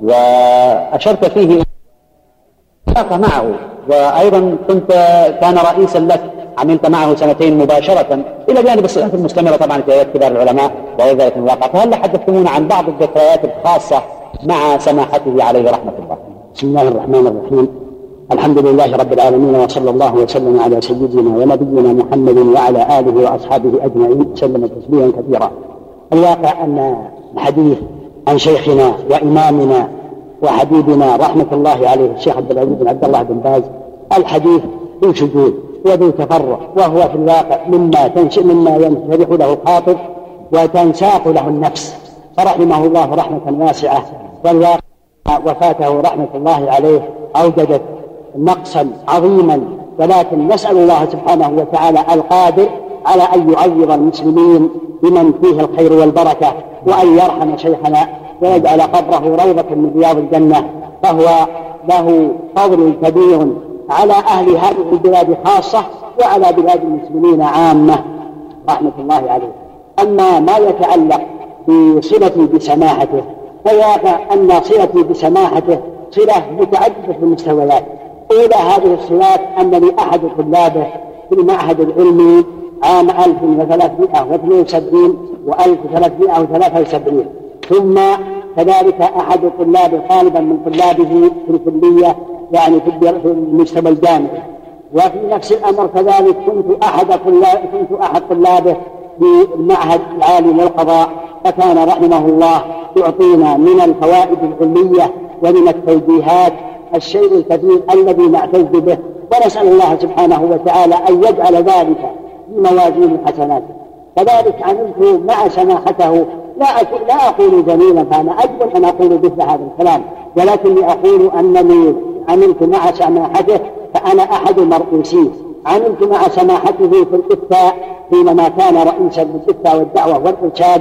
C: وأشرت فيه علاقة معه، وأيضا كان رئيسا لك، عملت معه 2 مباشرة إلى جانب الصلات المستمرة طبعا في هيئة كبار العلماء وغير ذلك من الواقع. فهل حدثتمونا عن بعض الذكريات الخاصة مع سماحته عليه رحمة الله؟
F: بسم الله الرحمن الرحيم. الحمد لله رب العالمين، وصلى الله وسلم على سيدنا ونبينا محمد وعلى آله وأصحابه أجمعين وسلم تسليما كثيرا. الواقع أن الحديث عن شيخنا وإمامنا وحبيبنا رحمة الله عليه الشيخ عبد العزيز بن عبد الله بن باز الحديث ذو شذوذ وذو تفرع، وهو في الواقع مما ينشرح له الخاطر وتنساق له النفس، فرحمه الله رحمة واسعة. والواقع وفاته رحمة الله عليه أوجدت نقصا عظيما، ولكن نسأل الله سبحانه وتعالى القادر على أن يعوض المسلمين بمن فيه الخير والبركة، وأن يرحم شيخنا ويجعل قبره روضة من رياض الجنة، فهو له فضل كبير على أهل هذه البلاد خاصة وعلى بلاد المسلمين عامة رحمة الله عليه. أما ما يتعلق بصلتي بسماحته، فواقع أن صلتي بسماحته صلة متعددة المستويات. أولى هذه الصلات أنني أحد طلابه في المعهد العلمي عام 1372 و1373، ثم كذلك أحد طلابه طالبا من طلابه في الكلية، يعني في المستوى الجامعي. وفي نفس الأمر كذلك كنت أحد طلابه في المعهد العالي للقضاء، فكان رحمه الله يعطينا من الفوائد العلمية ومن التوجيهات الشيء الكثير الذي نعتز به، ونسأل الله سبحانه وتعالى أن يجعل ذلك في موازين حسناته. كذلك عملت مع سماحته، لا أقول جميلا، فأنا أجب أن أقول مثل هذا الكلام، ولكني أقول أنني عملت مع سماحته، فأنا أحد مرؤوسيه. عملت مع سماحته في الإفتاء حينما كان رئيسا للإفتاء والدعوة والإرشاد،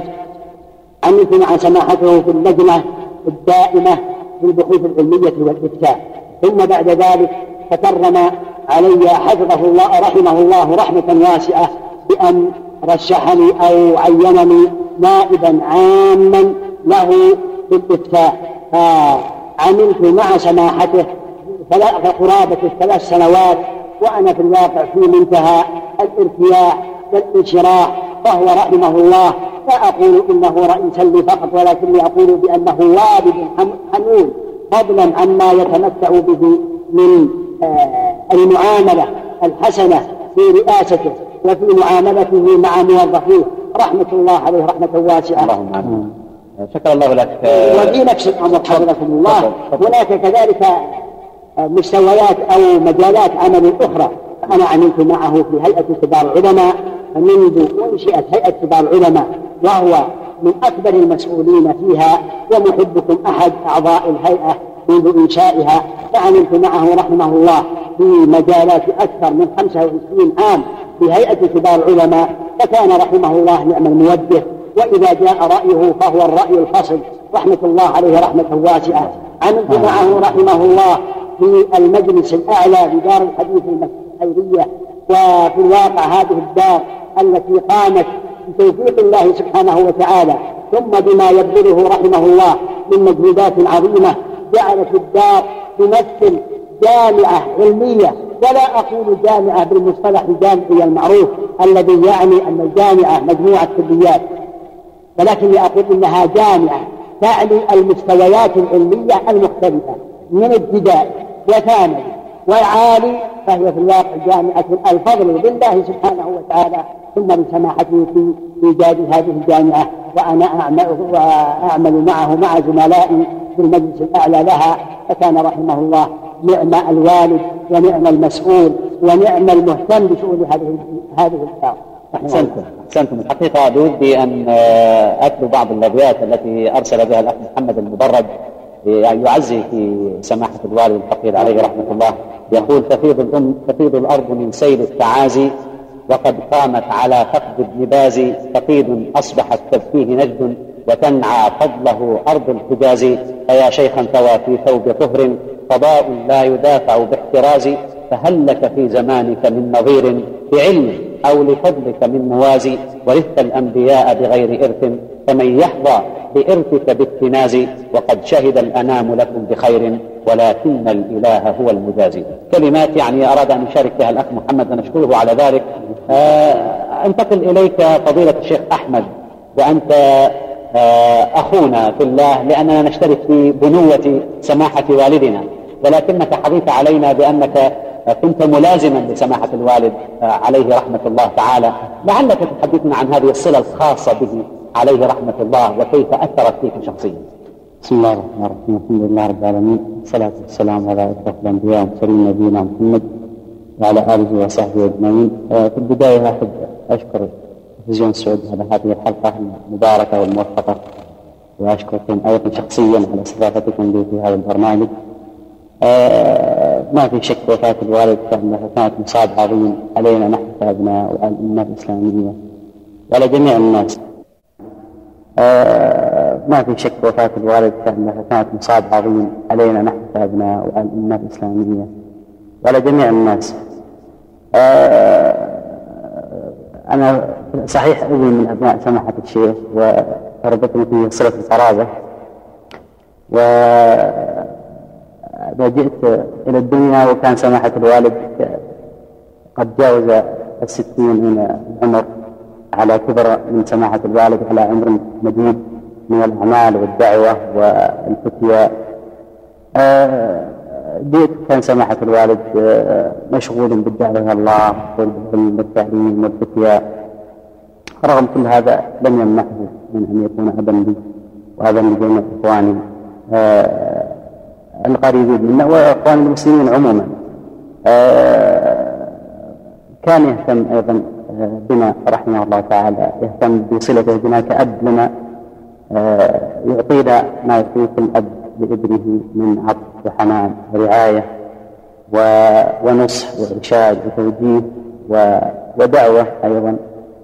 F: عملت مع سماحته في اللجنة الدائمة في البحوث العلمية والإفتاء. ثم بعد ذلك تكرم علي حفظه الله رحمه الله رحمة واسعة بأن رشحني أو عينني نائبا عاما له في الإفتاء، فعملت مع سماحته قرابة 3 سنوات، وأنا في الواقع في منتهى الارتياح والانشراح، فهو رحمه الله لا أقول إنه رئيسا لي فقط، ولكني أقول بأنه والد حنون، فضلا عما يتمتع به من المعاملة الحسنة في رئاسته وفي معاملته مع موظفيه، رحمة الله عليه رحمة واسعة.
C: اللهم آمين. شكرا الله لك.
F: وفي نفس الأمر حفظكم الله هناك كذلك مستويات أو مجالات عمل أخرى. أنا عملت معه في هيئة كبار العلماء منذ أنشئت هيئة كبار العلماء، وهو من أكبر المسؤولين فيها ومحبكم أحد أعضاء الهيئة منذ إنشائها. فعملت معه رحمه الله في مجالات أكثر من 25 عام في هيئة كبار العلماء، فكان رحمه الله نعم الموجه، وإذا جاء رأيه فهو الرأي الفصل، رحمة الله عليه رحمة واسعة. عملت معه رحمه الله في المجلس الأعلى لدار الحديث الخيرية، وفي الواقع هذه الدار التي قامت بتوفيق الله سبحانه وتعالى ثم بما يبذله رحمه الله من مجهودات عظيمة، جعلت الدار تمثل جامعة علمية، ولا أقول جامعة بالمصطلح الجامعي المعروف الذي يعني أن الجامعة مجموعة كليات، ولكني أقول إنها جامعة تعني المستويات العلمية المختلفة من ابتدائي وثانوي وعالي، فهي في الواقع جامعة الفضل بالله سبحانه وتعالى ثم بسماحته في إيجاد هذه الجامعة. وأنا أعمل معه مع زملائي في المجلس الأعلى لها، فكان رحمه الله نعم الوالد ونعم المسؤول ونعم المهتم بشؤون هذه الدار.
C: أحسنتم. الحقيقة بودي أن أتلو بعض الأبيات التي أرسل بها الأخ محمد المبرد يعزي في سماحة الوالد الفقير عليه رحمة الله. يقول: تفيض الأرض من سيل التعازي، وقد قامت على فقد ابن باز فقيد أصبحت تبكيه نجد، وتنعى فضله أرض الحجاز. فيا شيخا ثوى في ثوب طهر قضاء لا يدافع باحتراز، فهل لك في زمانك من نظير بعلم أو لفضلك من موازي؟ ورثت الأنبياء بغير إرث، فمن يحظى بإرثك باكتناز؟ وقد شهد الأنام لكم بخير، ولكن الإله هو المجازي. كلمات يعني أراد أن يشارك بها الأخ محمد ونشكره على ذلك. انتقل إليك فضيلة الشيخ أحمد، وأنت أخونا في الله، لأننا نشترك في بنوة سماحة والدنا، ولكنك حريص علينا بأنك كنت ملازما لسماحة الوالد عليه رحمة الله تعالى. لعلك تحدثنا عن هذه الصلة الخاصة به عليه رحمة الله، وكيف أثرت فيك شخصيا.
A: بسم الله الرحمن الرحيم. الحمد لله رب العالمين، والصلاة والسلام على أشرف الأنبياء والمرسلين نبينا محمد وعلى آله وصحبه أجمعين. في البداية أحب أشكر التلفزيون السعودي على هذه الحلقة المباركة والموفقة، وأشكركم أيضا شخصيا على استضافتكم لي في هذا البرنامج. ما في شك وفاة الوالد فإنها كانت مصاب عظيم علينا نحن كأبناء والأمة الإسلامية وعلى جميع الناس. ما في شك وفاة الوالد فإنها كانت مصاب عظيم علينا نحن كأبناء والأمة الإسلامية وعلى جميع الناس. أنا صحيح ابن من أبناء سماحة الشيخ وربطني في صلة القرابة، وجئت إلى الدنيا وكان سماحة الوالد قد جاوز 60 من العمر على كبر من سماحة الوالد على عمر مديد من الأعمال والدعوة والفتيا. جئت كان سماحة الوالد مشغول بالدعوة إلى الله والتعليم والفتيا، رغم كل هذا لم يمنعه من أن يكون أبا لي وأبا لجميع إخواني القريبين منا وإخوان المسلمين عموما. كان يهتم أيضا بنا رحمه الله تعالى، يهتم بصلته بنا كأب لنا، يعطينا ما يعطيه كل أب لابنه من عطف وحنان ورعاية ونصح وإرشاد وتوجيه ودعوة أيضا،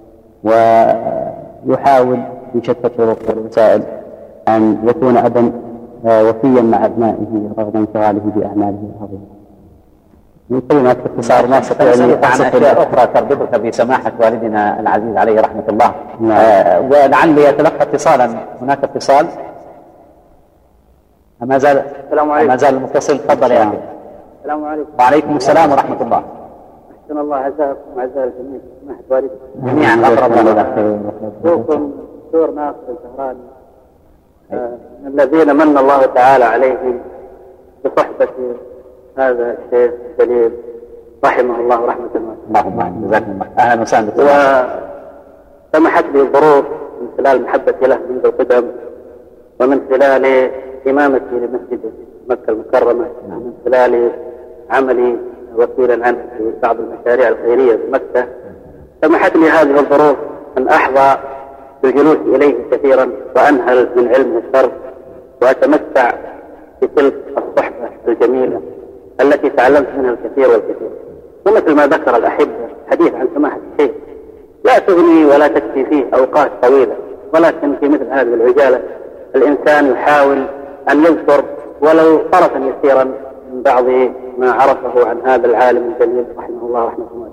A: ويحاول بشتى الطرق والوسائل أن يكون أبا وفيا مع أبنائه رغم انشغاله بأعماله العظيمة. كلمات باختصار ما استطيع
C: عن أشياء أخرى تربطك بسماحة والدنا العزيز عليه رحمة الله. ولعلي يتلقى اتصالا. هناك اتصال؟ ما زال المتصل. تفضل يا أخي.
E: السلام عليكم.
C: وعليكم السلام ورحمة الله.
E: أحسن الله عزاكم وعزاء الجميع. سماحة والدكم
C: جميعا أقرب الله.
E: أخوكم دكتور ناصر الزهراني من الذين من الله تعالى عليهم بصحبة هذا الشيخ الجليل رحمه الله رحمة الله.
C: اللهم جزاكم الله. أهلا وسهلا.
E: وسمحت لي الظروف من خلال محبتي له منذ القدم، ومن خلال إمامتي لمسجد مكة المكرمة، ومن خلال عملي وكيلا عنه في بعض المشاريع الخيرية في مكة، سمحت لي هذه الظروف أن أحظى بالجلوس إليه كثيرا وأنهل من علمه الشرف وأتمتع بتلك الصحبة الجميلة التي تعلمت منها الكثير والكثير. ومثل ما ذكر الأحبة حديث عن سماحة الشيخ لا تغني ولا تكفي فيه أوقات طويلة، ولكن في مثل هذه العجالة الإنسان يحاول أن يذكر ولو طرفا يسيرا من بعض ما عرفه عن هذا العالم الجليل رحمه الله رحمه الله.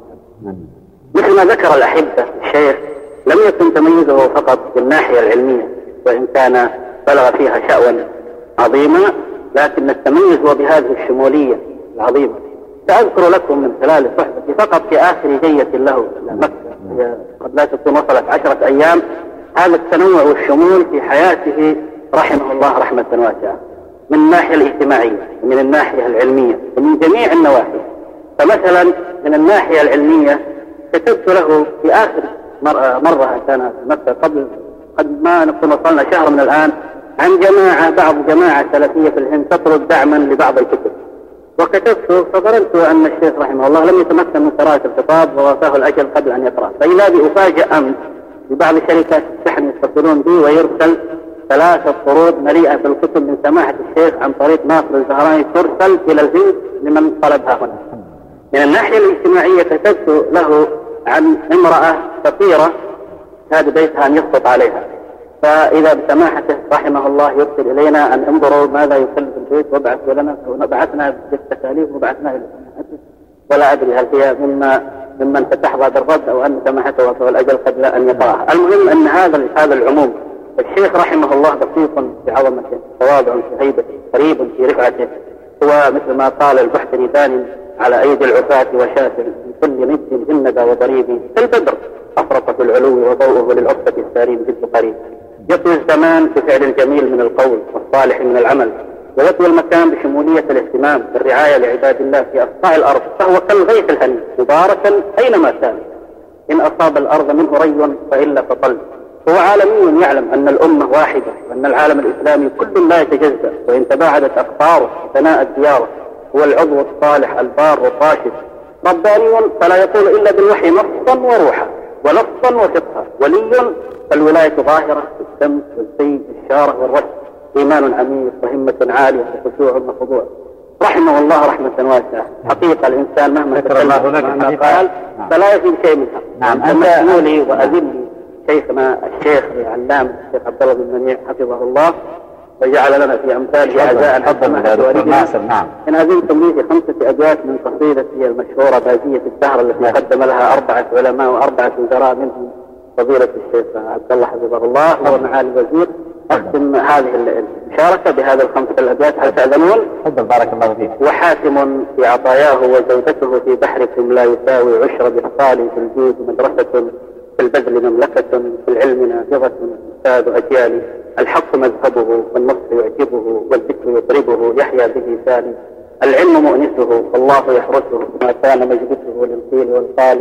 E: مثل ما ذكر الأحبة الشيخ لم يكن تميزه فقط بالناحية العلمية، وإن كان بلغ فيها شأوا عظيما، لكن التميز هو بهذه الشمولية العظيمة. سأذكر لكم من خلال صحبتي فقط في آخر جية له إلى مكة، قد لا تكون وصلت 10 أيام، هذا التنوع والشمول في حياته رحمه الله رحمة واسعة من الناحية الاجتماعية ومن الناحية العلمية ومن جميع النواحي. فمثلا من الناحية العلمية كتبت له في آخر مرة كان في مكة قد ما نكون وصلنا شهر من الآن عن بعض جماعة سلفية في الهند تطلب دعما لبعض الكتب، وكتبت فظننت أن الشيخ رحمه الله لم يتمكن من قراءة الخطاب ووافاه الأجل قبل أن يقرأ، فإذا بأفاجأ أمس ببعض شركات الشحن يتصلون بي ويرسل 3 طرود مليئة بالكتب من سماحة الشيخ عن طريق ناصر الزهراني ترسل إلى الهند لمن طلبها هنا. من الناحية الاجتماعية كتبت له عن امرأة فقيرة هذا بيتها أن يسقط عليها، فإذا بسماحته رحمه الله يرسل إلينا أن انظروا ماذا يكلف البيت وابعثوا لنا، وبعثنا بالتكاليف وبعثناه إلى سماحته، ولا أدري هل هي ممن ستحظى بالرد أو أن سماحته وفاه الأجل قبل أن يقرأها. المهم أن هذا العموم الشيخ رحمه الله دقيق في عظمته، تواضع في هيبته، قريب في رفعته، هو مثل ما قال البحتري دان على أيدي العفاة وشافع من كل مد جند وضريب كالبدر أفرط في العلو وضوءه للعصبة السارين جد قريب. يطوي الزمان بفعل الجميل من القول والصالح من العمل، ويطوي المكان بشمولية الاهتمام بالرعاية لعباد الله في أقطاع الأرض، فهو كالغيث الهني مباركا أينما كان، إن أصاب الأرض منه ري فإلا فطل، هو عالمي يعلم أن الأمة واحدة وأن العالم الإسلامي كل لا يتجزأ، وإن تباعدت أقطاره وتناءت دياره. هو العضو الصالح البار الراشد، رباني فلا يقول إلا بالوحي نصا وروحا ونصا وفقها، ولي فالولاية ظاهرة بالشمس والسيف والشارة والرشد، إيمان عميق وهمة عالية وخشوع وخضوع. رحمه الله رحمة واسعة. حقيقة الإنسان مهما تكلم مهما قال فلا يفهم شيء منها.
C: نعم.
E: أمثلي وأذلي شيخنا الشيخ العلامة الشيخ عبد الله بن منيع حفظه الله وجعل لنا في أمثاله أعزاء
C: ناصر. نعم.
E: إن أذنتم لي في 5 أبيات من قصيدتي المشهورة بازية الدهر التي قدم لها 4 علماء و4 وزراء منهم فضيلة الشيخ عبد الله حفظه الله هو معالي الوزير. أختم هذه المشاركة بهذا ال5 الأبيات هل تأذنون؟
C: تفضل بارك الله فيك.
E: وحاتم في عطاياه وزوجته في بحركم لا يساوي عشر بأطفال في الجود مدرسة في البذل مملكة في العلم نافذة أستاذ أجيال الحق مذهبه والنصر يعجبه والذكر يطربه يحيا به ثاني العلم مؤنسه والله يحرسه ما كان مجلسه للقيل والقال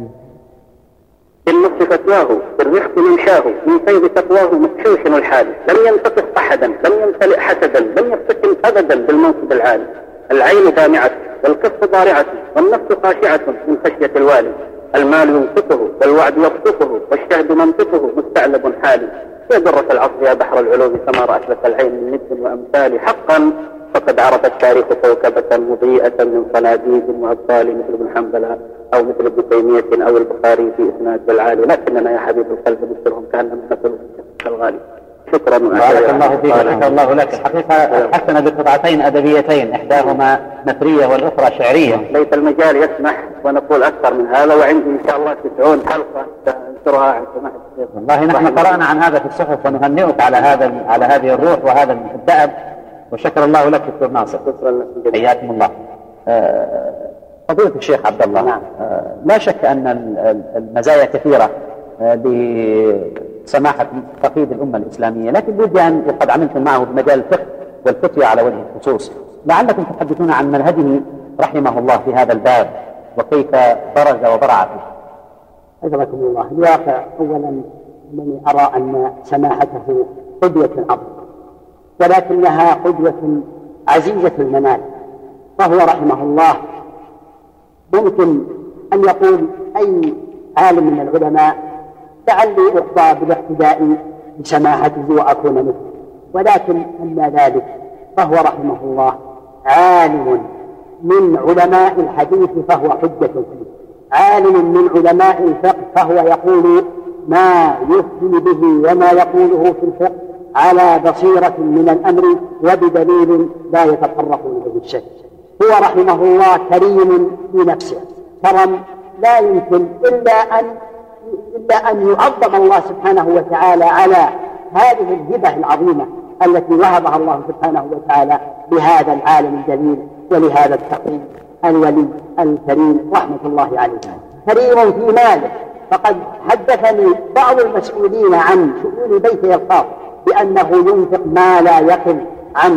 E: بالنص فتواه بالرفق ممشاه من فيض تقواه مكشوش الحال لم ينتقص أحدا لم يمتلئ حسدا لم يفتتن أبدا بالمنصب العالي العين دامعة والكف ضارعة والنفس خاشعة من خشية الوالي المال ينفقه والوعد يصدقه والشهد منطقه مستعلب حالي يا درة العصر يا بحر العلوم ثمر أشبك العين من ند وأمثال حقا فقد عرف التاريخ كوكبة مضيئة من صناديد وأبطال مثل ابن حنبلة أو مثل ابن تيمية أو البخاري في إسناد والعالي لكننا يا حبيب القلب نذكرهم كأنهم مثل الغالي. شكرا
C: بارك الله فيك. شكر الله لك. الحقيقة حسن بقطعتين أدبيتين إحداهما نثرية والأخرى شعرية.
E: ليس المجال يسمح ونقول أكثر من هذا وعندي إن شاء الله 90 حلقة سننشرها عن سماحة الشيخ.
C: والله نحن قرأنا عن هذا في الصحف ونهنئك على هذه الروح وهذا الدأب وشكر الله لك دكتور ناصر.
E: شكرا لكم.
C: حياكم الله. فضيلة الشيخ عبد الله. لا شك أن المزايا كثيرة لسماحة تقييد الأمة الإسلامية، لكن بدي أن وقد عملتم معه في مجال الفقه والفتوى على وجه الخصوص لعلكم تحدثون عن منهجه رحمه الله في هذا الباب وكيف برز وبرع فيه.
F: حفظكم الله. الواقع أولا أنني أرى أن سماحته قدوة عظيمة ولكنها قدوة عزيزة المنال، فهو رحمه الله ممكن أن يقول أي عالم من العلماء لعلي أرضى بالاقتداء بسماحته وأكون مثله، ولكن أما ذلك فهو رحمه الله عالم من علماء الحديث فهو حجة فيه، عالم من علماء الفقه فهو يقول ما يفتي به وما يقوله في الفقه على بصيرة من الأمر وبدليل لا يتطرقون به الشيء. هو رحمه الله كريم في نفسه كرم لا يمكن إلا أن يعظم الله سبحانه وتعالى على هذه الهبة العظيمة التي وهبها الله سبحانه وتعالى بهذا العالم الجليل ولهذا التقي الولي الكريم رحمة الله عليه. كريم في ماله، فقد حدثني بعض المسؤولين عن شؤون بيته الخاص بأنه ينفق ما لا يقل عن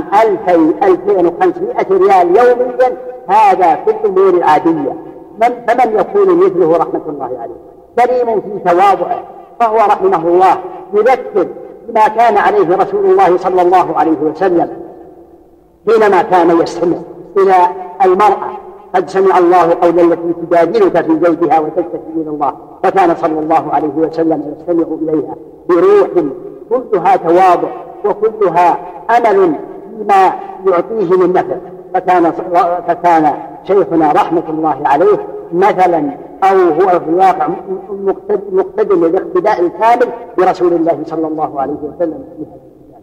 F: 2500 ريال يوميا، هذا في الأمور العادية. فمن يكون مثله رحمة الله عليه؟ كريم في تواضعه، فهو رحمه الله يذكر بما كان عليه رسول الله صلى الله عليه وسلم حينما كان يستمع إلى المرأة قد سمع الله قول التي تجادلك في زوجها وتشتكي إلى الله، فكان صلى الله عليه وسلم يستمع إليها بروح كلها تواضع وكلها أمل فيما يعطيه من نفع. فكان شيخنا رحمة الله عليه مثلا أو هو في الواقع مقتدم للاقتداء الكامل برسول الله صلى الله عليه وسلم في هذا المجال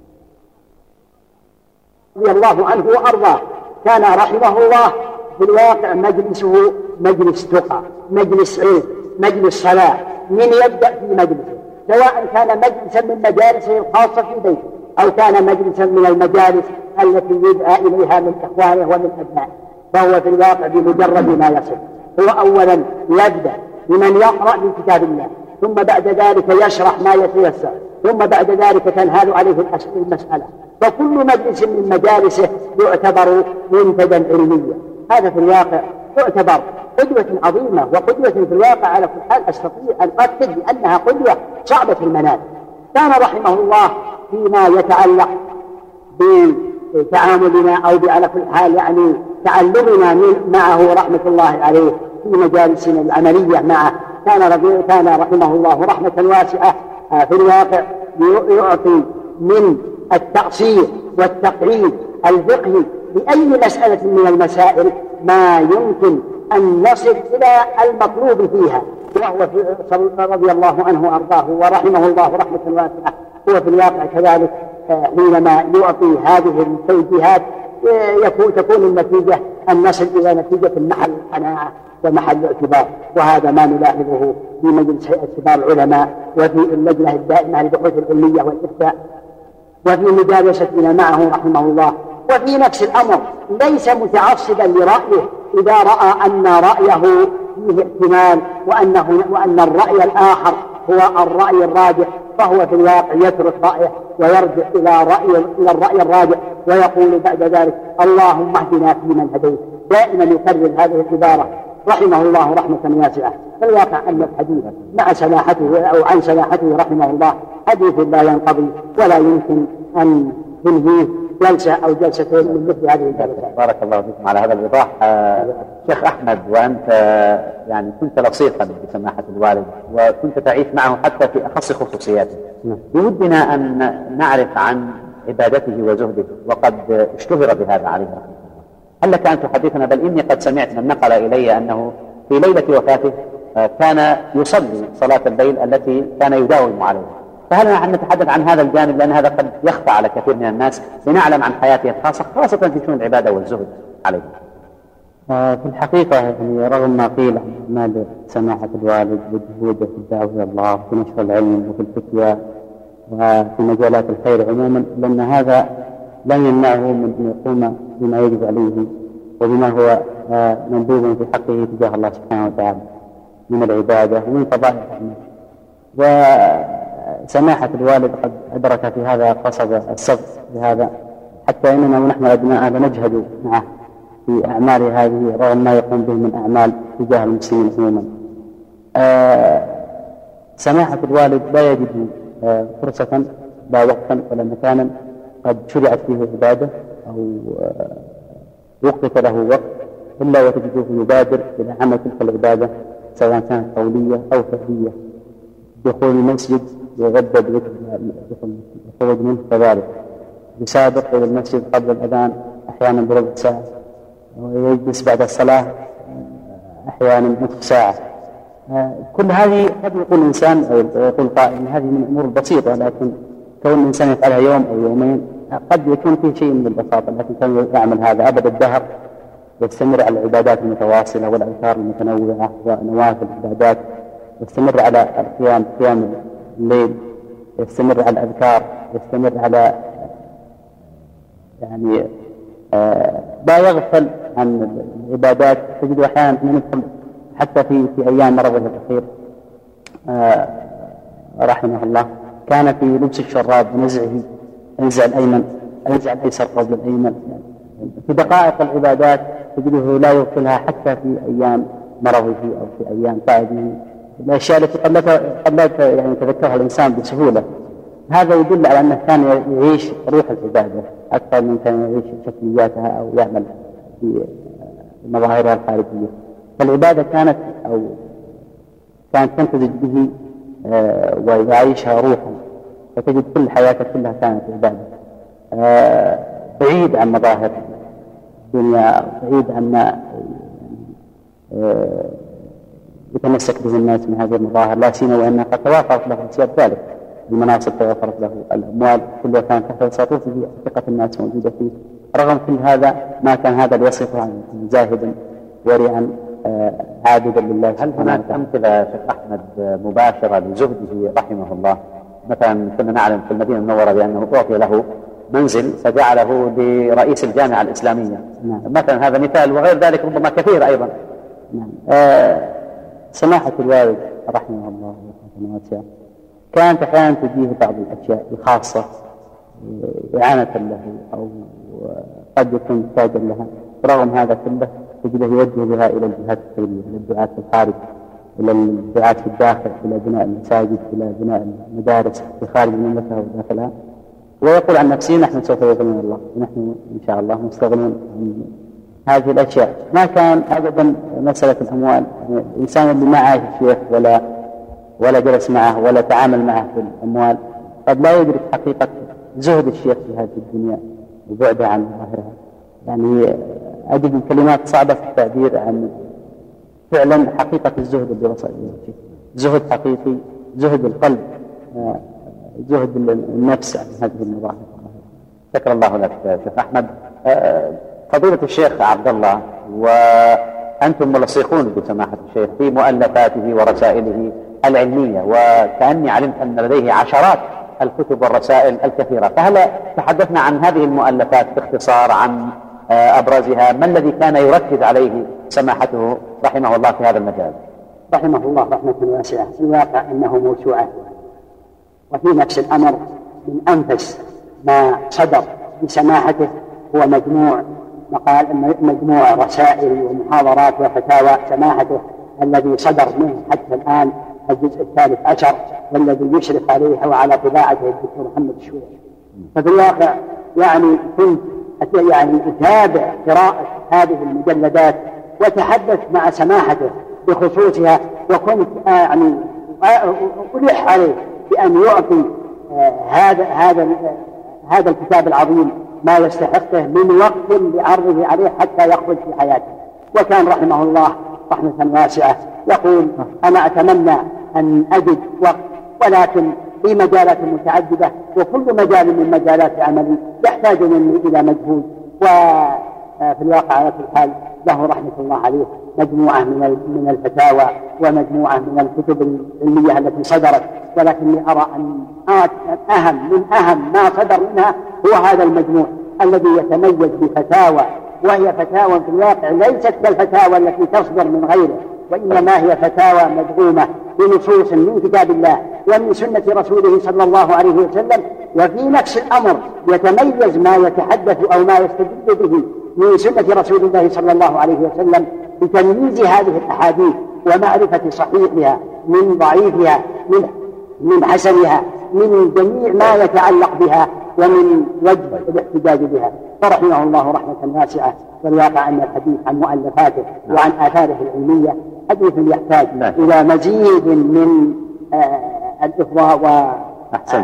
F: رضي الله عنه وأرضاه. كان رحمه الله في الواقع مجلسه مجلس تقى، مجلس علم، مجلس صلاة. من يبدأ في مجلسه سواء كان مجلسا من مجالسه الخاصة في بيته أو كان مجلسا من المجالس التي يدعى إليها من إخوانه ومن أبنائه، فهو في الواقع بمجرد ما يصل هو أولا يبدأ بمن يقرأ من كتاب الله، ثم بعد ذلك يشرح ما يتيسر، ثم بعد ذلك تنهال عليه المسألة. فكل مجلس من مجالسه يعتبر منتجا علميا. هذا في الواقع يعتبر قدوة عظيمة وقدوة في الواقع على كل حال أستطيع أن أؤكد بأنها قدوة صعبة المنال، كان رحمه الله فيما يتعلق بتعاملنا أو على كل حال يعني تعلمنا معه رحمة الله عليه في مجالسنا العملية معه، كان رحمه الله رحمة واسعة في الواقع يعطي من التأصيل والتقعيد الفقهي لأي مسألة من المسائل ما يمكن أن نصل إلى المطلوب فيها، وهو رضي الله عنه وأرضاه ورحمه الله رحمة واسعة هو في الواقع كذلك حينما يعطي هذه التوجيهات تكون النتيجة أن نصل إلى نتيجة محل القناعة ومحل الاعتبار. وهذا ما نلاحظه في مجلس هيئة كبار العلماء وفي اللجنة الدائمة للبحوث العلمية والإفتاء وفي مجالستنا معه رحمه الله. وفي نفس الأمر ليس متعصبا لرأيه إذا رأى أن رأيه فيه احتمال وأن الرأي الآخر هو الرأي الراجح، فهو في الواقع يترك رأيه ويرجع إلى الرأي الراجح ويقول بعد ذلك اللهم اهدنا فيمن هديت. دائما يكرر هذه العبارة رحمه الله رحمة واسعة. فالواقع أن الحديث مع سماحته أو عن سماحته رحمه الله حديث لا ينقضي ولا يمكن أن تنهيه جلسة أو جلستين من مثل هذه الجلسات.
C: بارك الله فيكم على هذا الإيضاح. شيخ أحمد، وأنت يعني كنت لصيقا بسماحة الوالد وكنت تعيش معه حتى في أخص خصوصياته، بودنا أن نعرف عن عبادته وزهده، وقد اشتهر بهذا عليه رحمه الله. هل لك أن تحدثنا؟ بل إني قد سمعت من نقل إلي أنه في ليلة وفاته كان يصلي صلاة الليل التي كان يداوم عليها، فهل نحن نتحدث عن هذا الجانب لأن هذا قد يخفى على كثير من الناس لنعلم عن حياته الخاصة خاصة في شؤون العبادة والزهد عليه؟
A: في الحقيقة يعني رغم ما قيل عن أعمال سماحة الوالد وجهوده في الدعوة إلى الله في نشر العلم وفي الفتيا وفي مجالات الخير عموما، لأن هذا لن يمنعه من أن يقوم بما يجب عليه وبما هو مندوب في حقه تجاه الله سبحانه وتعالى من العبادة ومن فضائل الأعمال. وسماحة الوالد قد أدرك في هذا قصد الصبر بهذا، حتى إننا ونحن أبناء لنجهد معه في أعمال هذه رغم ما يقوم به من أعمال تجاه المسلمين عموما. سماحة الوالد لا يجد فرصة لا وقتا ولا مكانا قد شرعت فيه العبادة أو وقت له وقت إلا وتجده يبادر إلى عمل تلك العبادة سواء كانت قولية أو فعلية. دخول المسجد يغدد يخرج منه كذلك، يسابق إلى المسجد قبل الأذان أحيانا بربع ساعة، ويجلس بعد الصلاة أحيانا نصف ساعة. كل هذه قد يقول إنسان أو يقول قائل إن هذه من الأمور البسيطة، لكن كون الإنسان يفعلها يوم أو يومين قد يكون فيه شيء من البساطة، لكن كان يعمل هذا أبد الدهر يستمر على العبادات المتواصلة والأذكار المتنوعة ونوافل العبادات، يستمر على قيام الليل، يستمر على الأذكار، يستمر على يعني لا يغفل عن العبادات. تجد أحيانا ندخل حتى في أيام مرضه الأخير رحمه الله كان في لبس الشراب ونزعه ينزع الأيمن ينزع الأيسر قبل الأيمن، في دقائق العبادات تجده لا يغفلها حتى في أيام مرضه أو في أيام قائده، الأشياء التي قد لا يعني يتذكرها الإنسان بسهولة. هذا يدل على أنه كان يعيش روح العبادة أكثر من كان يعيش شكلياتها أو يعمل في مظاهرها الخارجية. فالعبادة كانت تنتج به ويعيشها روحا، فتجد كل حياته كلها كانت عبادة، بعيد عن مظاهر الدنيا، بعيد عن ما يتمسك به الناس من هذه المظاهر، لا سيما وأنها قد توافرت له أسباب ذلك، المناصب توافرت له، الأموال كلها كانت تحت سطوفه، ثقة الناس موجودة فيه. رغم كل هذا ما كان هذا ليصفه عن زاهدا ورعا عابدا لله.
C: هل هناك أمثلة شيخ أحمد مباشرة لزهده رحمه الله؟ مثلا كنا نعلم في المدينة المنورة بأنه أعطي له منزل فجعله لرئيس الجامعة الإسلامية.
A: نعم.
C: مثلا هذا مثال، وغير ذلك ربما كثير أيضا.
A: نعم. سماحة الوالد رحمه الله واسعة كانت أحيانا تجيه بعض الأشياء الخاصة إعانة له أو قد يكون محتاجا لها، رغم هذا كله تجده يوجه بها إلى الجهات الخيرية، إلى الدعاة في الخارج
C: إلى الدعاة في الداخل، إلى بناء المساجد، إلى بناء المدارس في خارج المملكة وداخلها. ويقول عن نفسه نحن سوف يغنينا الله، ونحن إن شاء الله مستغنون عن هذه الأشياء. ما كان أبدا مسألة الأموال، يعني الإنسان اللي ما عاش الشيخ ولا جلس معه ولا تعامل معه في الأموال قد لا يدرك حقيقة زهد الشيخ في هذه الدنيا وبعده عن ظاهرها. يعني أجد الكلمات صعبة في التعبير عن فعلا حقيقة الزهد اللي وصل إليه، زهد حقيقي، زهد القلب، زهد النفس عن هذه المظاهر. شكر الله لك شيخ أحمد. فضيلة الشيخ عبد الله، وأنتم ملصقون بسماحة الشيخ في مؤلفاته ورسائله العلمية، وكأني علمت أن لديه عشرات الكتب والرسائل الكثيرة، فهل تحدثنا عن هذه المؤلفات باختصار، عن أبرزها؟ ما الذي كان يركز عليه سماحته رحمه الله في هذا المجال؟
F: رحمه الله رحمة واسعة. الواقع أنه موسوعة، وفي نفس الأمر من أنفس ما صدر بسماحته هو مجموع رسائل ومحاضرات وفتاوى سماحته الذي صدر منه حتى الآن الجزء 13، والذي يشرف عليه وعلى طباعته الدكتور محمد الشويش. ففي الواقع يعني كنت أتابع قراءة هذه المجلدات وتحدث مع سماحته بخصوصها، وكنت ألح عليه بأن يعطي هذا الكتاب العظيم ما يستحقه من وقت لعرضه عليه حتى يخرج في حياته. وكان رحمه الله رحمة واسعة يقول: أنا أتمنى أن أجد وقت، ولكن في مجالات متعددة، وكل مجال من مجالات عملي يحتاج مني إلى مجهود. وفي الواقع على كل حال له رحمة الله عليه مجموعة من الفتاوى ومجموعة من الكتب العلمية التي صدرت، ولكني أرى أن من أهم ما صدر منها هو هذا المجموع الذي يتميز بفتاوى، وهي فتاوى في الواقع ليست كالفتاوى التي تصدر من غيره، وإنما هي فتاوى مدعومة بنصوص من كتاب الله ومن سنة رسوله صلى الله عليه وسلم. وفي نفس الأمر يتميز ما يتحدث أو ما يستدل به من سنة رسول الله صلى الله عليه وسلم بتمييز هذه الأحاديث ومعرفة صحيحها من ضعيفها، من حسنها، من جميع ما يتعلق بها، ومن وجه الاحتجاج بها. فرحمه الله رحمة واسعة. والواقع أن الحديث عن مؤلفاته وعن آثاره العلمية حديث يحتاج إلى مزيد من الإفضاء
C: أحسنت.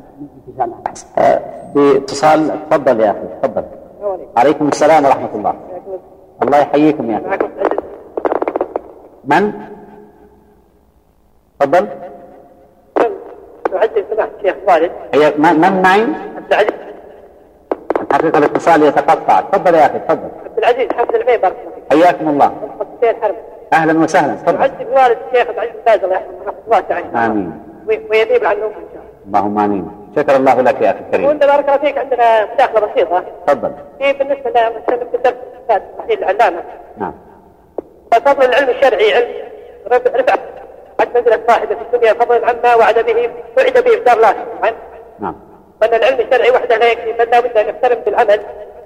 C: باتصال، تفضل يا أخي، تفضل. عليكم السلام ورحمة الله. الله يحييكم يا أخي. من؟ تفضل.
E: تعزز سماحة الشيخ خالد.
C: من معي؟ حقيقة الاتصال يتقطع. تفضل يا أخي، تفضل.
E: عبد العزيز حمد العمير، بارك الله فيك.
C: حياكم الله. أهلا وسهلا. تفضل.
E: تعزز والد الشيخ عبد العزيز باز الله يرحمه رحمة الله تعالى.
C: آمين.
E: ويذيب عنهم إن شاء الله.
C: اللهم آمين. شكر الله لك يا أخي الكريم.
E: وأنت بارك الله فيك عندنا مداخلة بسيطة.
C: تفضل.
E: بالنسبة لمسلم الدرس الأستاذ محمد العلامة.
C: نعم.
E: فضل العلم الشرعي علم رفع منزلة صاحبه في الدنيا فضلا عما وعد به في دار الله سبحانه.
C: نعم.
E: وأن العلم الشرعي وحده لا يكفي، بل لا بد أن يقترن بالعمل.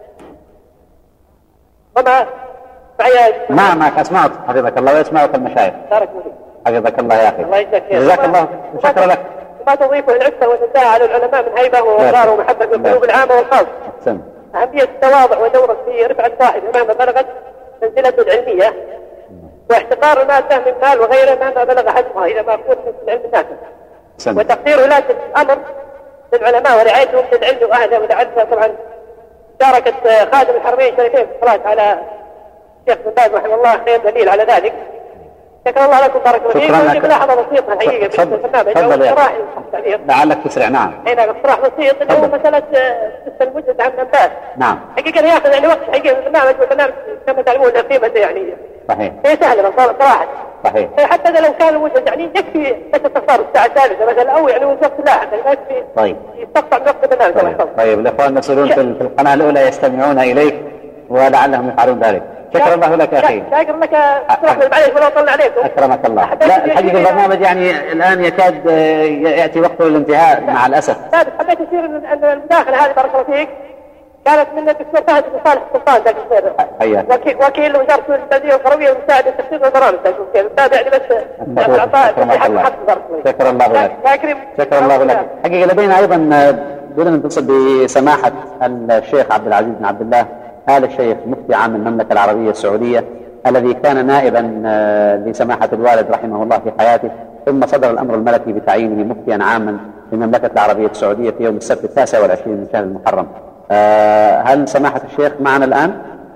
E: وما
C: معك أسمعك حفظك الله ويسمعك المشايخ.
E: بارك الله فيك.
C: حفظك الله يا أخي.
E: الله يجزاك خير.
C: جزاك الله. شكرا لك.
E: وما تضيفه العفة وتدعى على العلماء من هيبة ووقار ومحبة القلوب العامة والخاصة.
C: أحسن.
E: أهمية التواضع ودورة في رفعة صاحبه مهما بلغت منزلته العلمية، واحتقار المادة من مال وغيره مهما بلغ حجمها إذا ما كنت في العلم النافع. وتقدير ولاة الأمر للعلماء ورعايتهم للعلم وأهله. ولعلها طبعا شاركت خادم الحرمين الشريفين في الصلاة على الشيخ بن باز رحمه الله خير دليل على ذلك. شكرا الله لكم، بارك الله فيكم. وعندي ملاحظة بسيطة الحقيقة بالنسبة للبرنامج أو اقتراح
C: لعلك تسرع. نعم.
E: أي نعم، اقتراح بسيط اللي هو مسألة المجلس عن الناس.
C: نعم.
E: حقيقة يأخذ يعني وقت حقيقة البرنامج، والبرنامج كما تعلمون قيمته يعني.
C: صحيح.
E: هي سهلة صراحة.
C: صحيح.
E: حتى لو كان المجلس يعني يكفي بس تختار الساعة الثالثة مثلا، أو يعني وقت لاحق ما يكفي.
C: طيب.
E: يستقطع من وقت البرنامج.
C: طيب الإخوان المسؤولون في القناة الأولى يستمعون إليك ولعلهم يفعلون ذلك. شكرا الله لك يا أخي.
E: شاكر لك. معليش ولو طلع عليكم.
C: أكرمك الله. لا الحقيقة البرنامج يعني الآن يكاد يأتي وقته للانتهاء مع الأسف.
E: لا حبيت أشير أن المداخلة هذه بارك الله فيك كانت من الدكتور فهد بن صالح السلطان ذاك السير وكيل وزارة التنمية القروية ومساعد التخطيط والبرامج ذاك السير التابع يعني بس العطاء حق
C: شكرا الله لك. شكرا الله لك. حقيقة لدينا أيضا بدنا نتصل بسماحة الشيخ عبد العزيز بن عبد الله آل الشيخ مفتي عام المملكة العربية السعودية الذي كان نائبا لسماحة الوالد رحمه الله في حياته، ثم صدر الأمر الملكي بتعيينه مفتيا عاما للمملكة العربية السعودية في يوم السبت 29 من شهر المحرم. هل سماحة الشيخ معنا الآن؟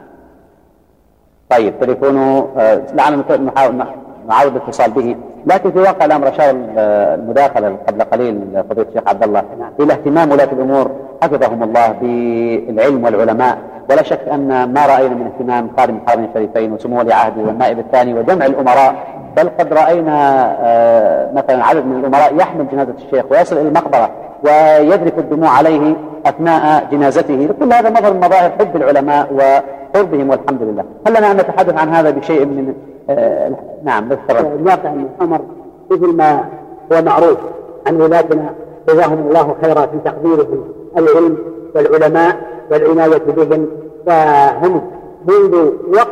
C: طيب تليفونه لعلنا نعاود الاتصال به، لكن في واقع الأمر أشار المداخلة قبل قليل فضيلة الشيخ عبد الله إلى اهتمام ولاة الأمور حفظهم الله بالعلم والعلماء، ولا شك أن ما رأينا من اهتمام خادم الحرمين الشريفين وسمو ولي عهده والنائب الثاني وجمع الأمراء، بل قد رأينا مثلا عدد من الأمراء يحمل جنازة الشيخ ويصل إلى المقبرة ويذرف الدموع عليه أثناء جنازته. كل هذا مظهر من مظاهر حب العلماء وقربهم والحمد لله. هل لنا أن نتحدث عن هذا بشيء من نعم
F: الواقع أن الأمر مثل ما هو معروف عن ولاتنا جزاهم الله خيرا في تقديرهم العلم والعلماء والعناية بهم، فهم منذ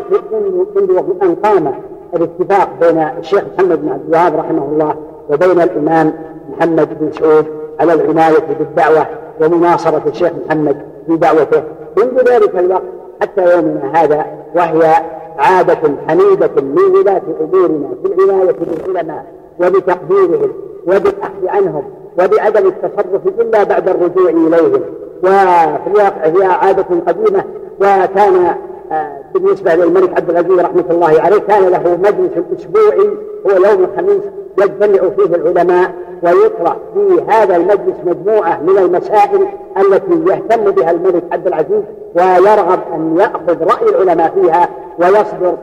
F: وقت أن قام الاتفاق بين الشيخ محمد بن عبد الوهاب رحمه الله وبين الإمام محمد بن سعود على العناية بالدعوة ومناصرة الشيخ محمد في دعوته، منذ ذلك الوقت حتى يومنا هذا وهي عادة حميدة من ولاة أمورنا في العناية بالعلماء وبتقديرهم وبالأخذ عنهم وبعدم التصرف إلا بعد الرجوع إليهم. وفي الواقع هي عادة قديمة، وكان بالنسبة للملك عبد العزيز رحمة الله عليه كان له مجلس أسبوعي هو يوم الخميس يجتمع فيه العلماء ويطرح في هذا المجلس مجموعة من المسائل التي يهتم بها الملك عبد العزيز ويرغب أن يأخذ رأي العلماء فيها ويصدر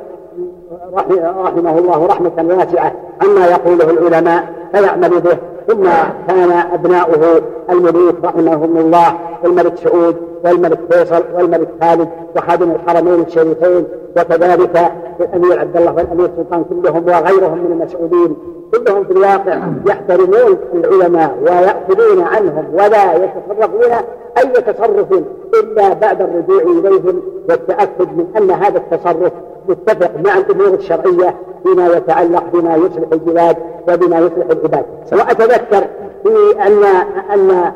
F: رحمه الله رحمة واسعة عما يقوله العلماء فيعمل به. ثم كان أبناؤه الملوك رحمهم الله الملك سعود والملك فيصل والملك خالد وخادم الحرمين الشريفين وكذلك الأمير عبد الله والأمير سلطان كلهم وغيرهم من المسؤولين كلهم في الواقع يحترمون العلماء ويأخذون عنهم ولا يتصرفون أي تصرف إلا بعد الرجوع إليهم والتأكد من أن هذا التصرف متفق مع الأمور الشرعية فيما يتعلق بما يصلح البلاد وبما يصلح العباد. وأتذكر في أن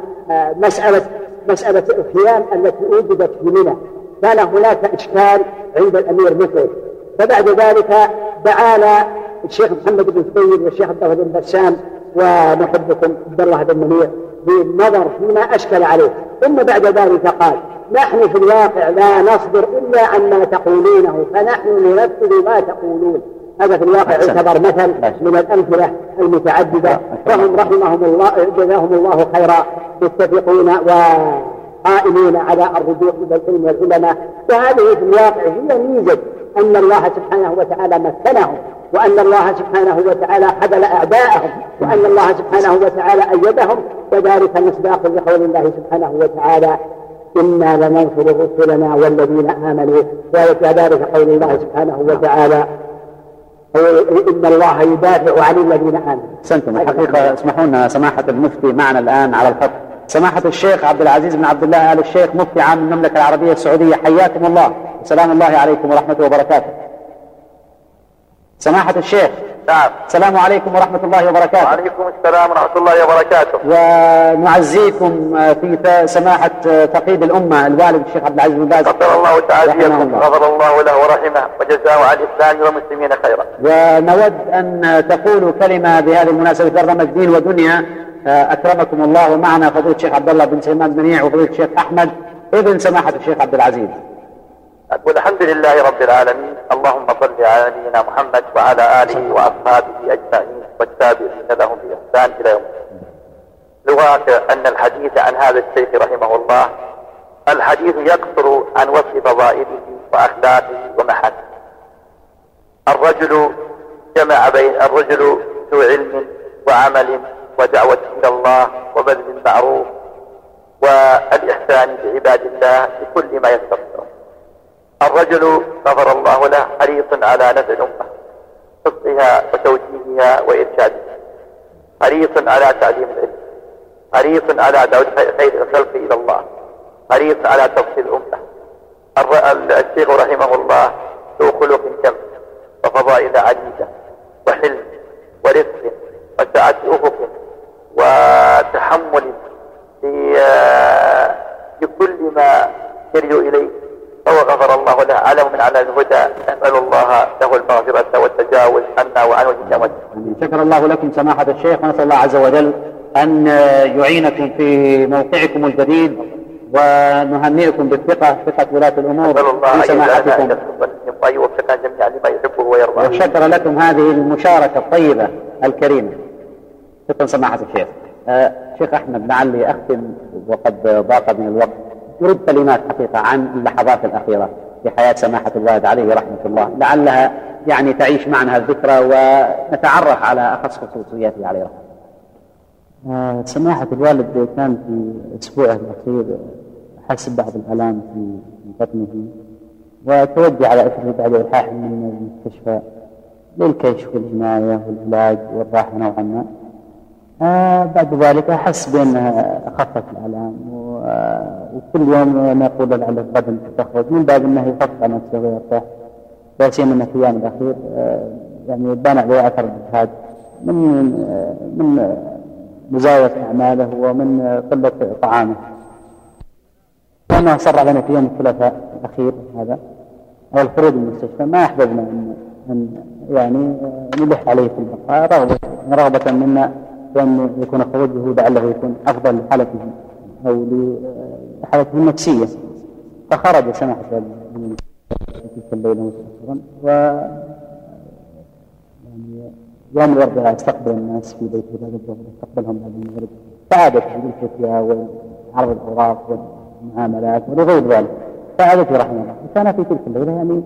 F: مسألة الخيام التي وجدت في منى كان هناك إشكال عند الأمير مسعود، فبعد ذلك دعانا الشيخ محمد بن سعيد والشيخ عبد الله بن بسام ومحبكم عبد الله بن منيع بالنظر فيما أشكل عليه، ثم بعد ذلك قال نحن في الواقع لا نصبر إلا عما تقولونه فنحن ننفذ ما تقولون. هذا في الواقع يعتبر مثل من الأمثلة المتعددة، فهم رحمهم الله جزاهم الله خيرا متفقون وقائمون على الرجوع إلى العلم والعلماء. وهذه في الواقع هي ميزة أن الله سبحانه وتعالى مكنهم وأن الله سبحانه وتعالى خذل أعداءهم وأن الله سبحانه وتعالى أيدهم، وذلك مصداق لقول الله سبحانه وتعالى إنا لننصر رسلنا والذين آمنوا، وكذلك قول الله سبحانه وتعالى إن الله يدافع عن الذين آمنوا.
C: أحسنتم. الحقيقة اسمحوا لنا سماحة المفتي معنا الآن على الخط سماحة الشيخ عبد العزيز بن عبد الله آل الشيخ مفتي عام المملكة العربية السعودية، حياكم الله وسلام الله عليكم ورحمته وبركاته. سماحة الشيخ.
G: نعم.
C: السلام عليكم ورحمة الله وبركاته.
G: وعليكم السلام ورحمة الله وبركاته.
C: ونعزيكم في سماحة فقيد الأمة الوالد الشيخ عبد العزيز بن باز
G: غفر الله تعاليكم غفر الله له ورحمه وجزاه عن الإسلام والمسلمين خيرا.
C: ونود أن تقولوا كلمة بهذه المناسبة برنامج دين ودنيا. أكرمكم الله، ومعنا فضيلة الشيخ عبد الله بن سليمان منيع وفضيلة الشيخ أحمد ابن سماحة الشيخ عبد العزيز.
G: أقول الحمد لله رب العالمين، اللهم صل على نبينا محمد وعلى آله وأصحابه أجمعين والتابعين لهم بإحسان إلى يوم الدين. الواقع أن الحديث عن هذا الشيخ رحمه الله الحديث يقصر عن وصف فضائله وأخلاقه ومحاسنه. الرجل جمع بين الرجل ذو علم وعمل ودعوة إلى الله وبذل المعروف والإحسان بعباد الله بكل ما يستطيع. الرجل غفر الله له حريص على نفع الأمة، حفظها وتوجيهها وإرشادها، حريص على تعليم العلم، حريص على دعوة خير الخلق إلى الله، حريص على تفصيل الأمة. الشيخ رحمه الله ذو خلق جم وفضائل عديدة وحلم ورفق وسعة أفق وتحمل لكل ما يرجو إليه، فهو غفر الله له علم من على الهدى. نسأل الله له المغفرة والتجاوز عنا وعن وجه.
C: شكر الله لكم سماحة الشيخ، ونسأل الله عز وجل أن يعينكم في موقعكم الجديد، ونهنئكم بالثقة، ثقة ولاة الأمور في سماحتكم،
G: ووفقنا جميعا لما يحبه ويرضاه.
C: وشكر لكم هذه المشاركة الطيبة الكريمة. شكرا سماحة الشيخ. شيخ أحمد، لعلي أختم وقد ضاق من الوقت، أريد كلمات حقيقة عن اللحظات الأخيرة في حياة سماحة الوالد عليه رحمة الله، لعلها يعني تعيش معنا الذكرى ونتعرف على أخص خصوصياته عليه رحمة الله.
A: سماحة الوالد كان في أسبوعه الأخير حس بعض الآلام في بطنه، وتوجه على أثر بعد إلحاح من المستشفى للكشف والعناية والعلاج والراحة نوعا ما. بعد ذلك أحس بأنها خفت الآلام، وكل يوم نقول لعله غدا تخرج، من باب أنه يخفف عن نفسه ويرتاح، لا سيما أن في الأيام الأخير يعني بان عليه أثر الإجهاد من مزاولة أعماله ومن قلة طعامه. وأنا صر علينا في يوم الثلاثاء الأخير هذا أو الخروج من المستشفى، ما أحببنا أن يعني نلح عليه في البقاء رغبة منا بأن يكون خروجه لعله يكون أفضل لحالته أو لحالته النفسية. فخرج سماحة من تلك الليلة متأخرا، و يعني يوم الأربعاء استقبل الناس في بيته بعد الظهر، استقبلهم بعد المغرب، فعادت بالفتيا وعرض الأوراق والمعاملات ولغير ذلك، فعادته رحمه الله. وكان في تلك الليلة يعني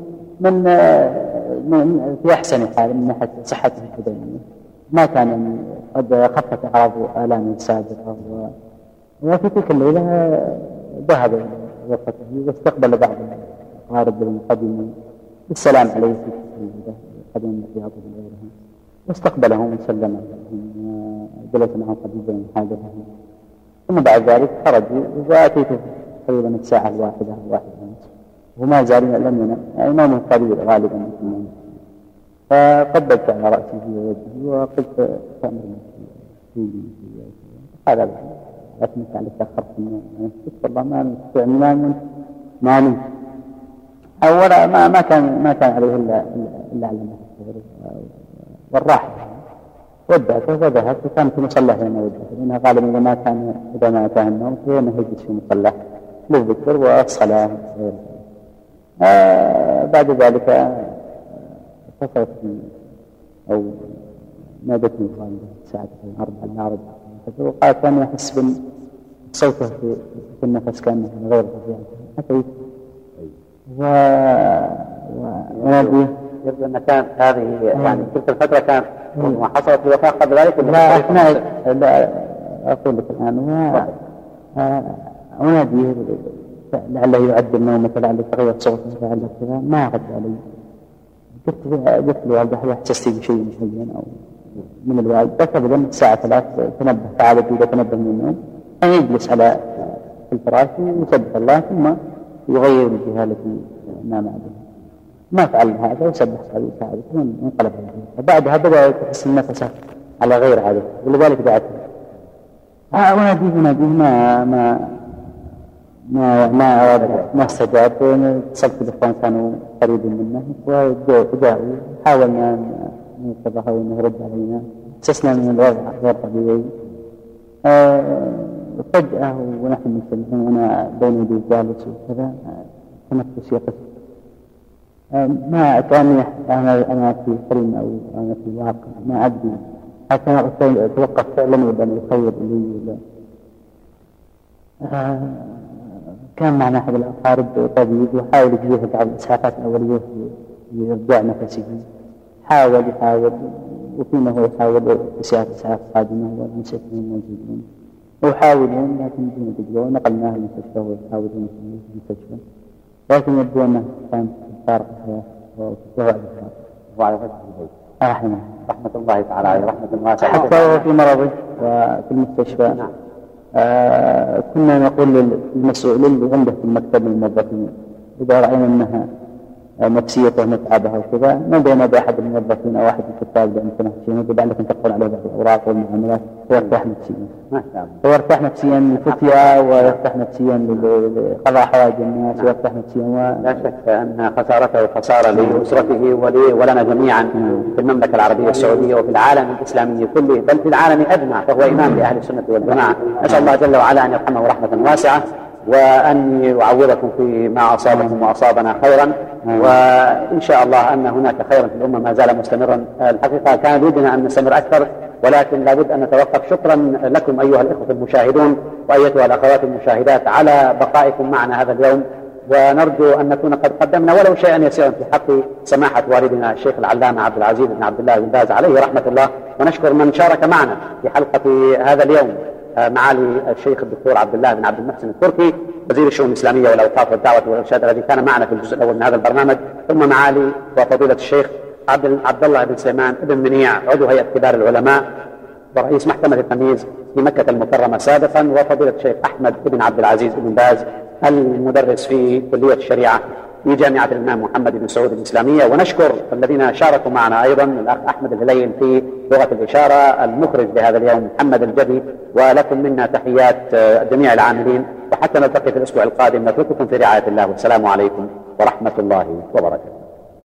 A: من في أحسن حال من ناحية صحته البدنية، ما كان يعني قد خفت أعراض آلامه السابقة. وفي تلك الليلة ذهب إلى غرفته واستقبل بعض الأقارب المقدمين بالسلام عليه في قدم الاحتياط وغيرهم، واستقبلهم وسلم عليهم وجلس معهم قليلا حاجتهم. ثم بعد ذلك خرجوا، وأتيته تقريبا الساعة 1:01 وما زال لم ينم، يعني نومه طويل غالبا مثل النوم. فقبلت على رأسه ووجهه وقلت تأمر نفسي هذا أثنك على تأخرت النوم، قلت والله ما نستطيع ننام ما نمت. أولا ما كان عليه إلا على نفسه والراحة. ودعته وذهبت، وكان في مصلح لما ودعته، لأنها غالبا إذا ما أتاه النوم فإنه يجلس في مصلح للذكر والصلاة. بعد ذلك اتصلت أو نادتني الوالدة الساعة 4:45 وقالت أني أحس بصوته في النفس كأنه غير طبيعي. أتيت وناديه.
C: يبدو أن كانت هذه يعني تلك الفترة كانت ما حصلت الوفاة قبل ذلك؟
A: لا أثناء، لا أقول لك الآن، وناديه لعله يعدل نومه، لعله تغير صوته، لعله كذا، ما رد علي. قلت له هل احسستي بشيء معين أو من الوالد؟ ذكر لي الساعة 3 تنبه، فعادت إذا تنبه من النوم أن يجلس على الفراش ويسبح الله ثم يغير الجهة التي نام عليها. ما فعل هذا وسبح هذه الساعة وانقلب عليها. بعدها بدأ يحس النفس على غير عادته، ولذلك دعته. وناديه ما استجاب. اتصلت بالإخوان كانوا قريبين منه وجاءوا، حاولنا أن ننقذه وأنه يرد علينا، أسسنا من الوضع غير طبيعي. فجأة ونحن مستمعين وأنا بين يدي جالس وكذا تنفس يقف، ما كان أنا في حلم أو أنا في واقع، ما أدري حتى أتوقف فعلا ولا يخير لي. كان معنا أحد الأقارب طبيب وحاول يجيه بعض الإسعافات الأولية يرجع نفسه، حاول وفيما هو يحاول إسعاف قادمة والمسكين موجودين ويحاولون لكن دون تجربة، ونقلناه المستشفى ويحاولون في المستشفى، لكن يبدو أنه كان فارق الحياة وهو
C: وعلى فتح البيت رحمة الله تعالى عليه رحمة الله
A: حتى في مرضه وفي المستشفى.
H: كنا نقول للمسؤولين اللي عنده في المكتب الموظفين إذا رأينا أنها نفسيته متعبة وكذا نبينا بأحد الموظفين أو أحد الكتاب اللي أنتم نفسيين وقد لكم تقبل عليه بعض الأوراق والمعاملات ويرتاح نفسيا. ما شاء الله. ويرتاح نفسيا للفتية ويرتاح نفسيا لقضاء حوائج الناس ويرتاح نفسيا.
C: لا شك أن خسارته خسارة لأسرته ولنا جميعا في المملكة العربية السعودية وفي العالم الإسلامي كله بل في العالم أجمع، فهو إمام لأهل السنة والجماعة. نسأل الله جل وعلا أن يرحمه رحمة واسعة وأن يعوضكم فيما أصابكم وأصابنا خيرا، وإن شاء الله أن هناك خيرا في الأمة ما زال مستمرا. الحقيقة كان ودنا أن نستمر أكثر ولكن لابد أن نتوقف. شكرا لكم أيها الإخوة المشاهدون وأيتها الأخوات المشاهدات على بقائكم معنا هذا اليوم، ونرجو أن نكون قد قدمنا ولو شيئا يسيرا في حق سماحة والدنا الشيخ العلامة عبد العزيز بن عبد الله بن باز عليه رحمة الله. ونشكر من شارك معنا في حلقة هذا اليوم معالي الشيخ الدكتور عبد الله بن عبد المحسن التركي وزير الشؤون الإسلامية والأوقاف والدعوة والإرشاد الذي كان معنا في الجزء الأول من هذا البرنامج، ثم معالي وفضيلة الشيخ عبد الله بن سليمان بن منيع عضو هيئة كبار العلماء ورئيس محكمة التمييز في مكة المكرمة سابقا، وفضيلة الشيخ أحمد بن عبد العزيز بن باز المدرس في كلية الشريعة في جامعة الإمام محمد بن سعود الإسلامية. ونشكر الذين شاركوا معنا أيضا الأخ أحمد الهليل في لغة الإشارة، المخرج لهذا اليوم محمد الجدي، ولكم منا تحيات جميع العاملين، وحتى نلتقي في الأسبوع القادم نترككم في رعاية الله والسلام عليكم ورحمة الله وبركاته.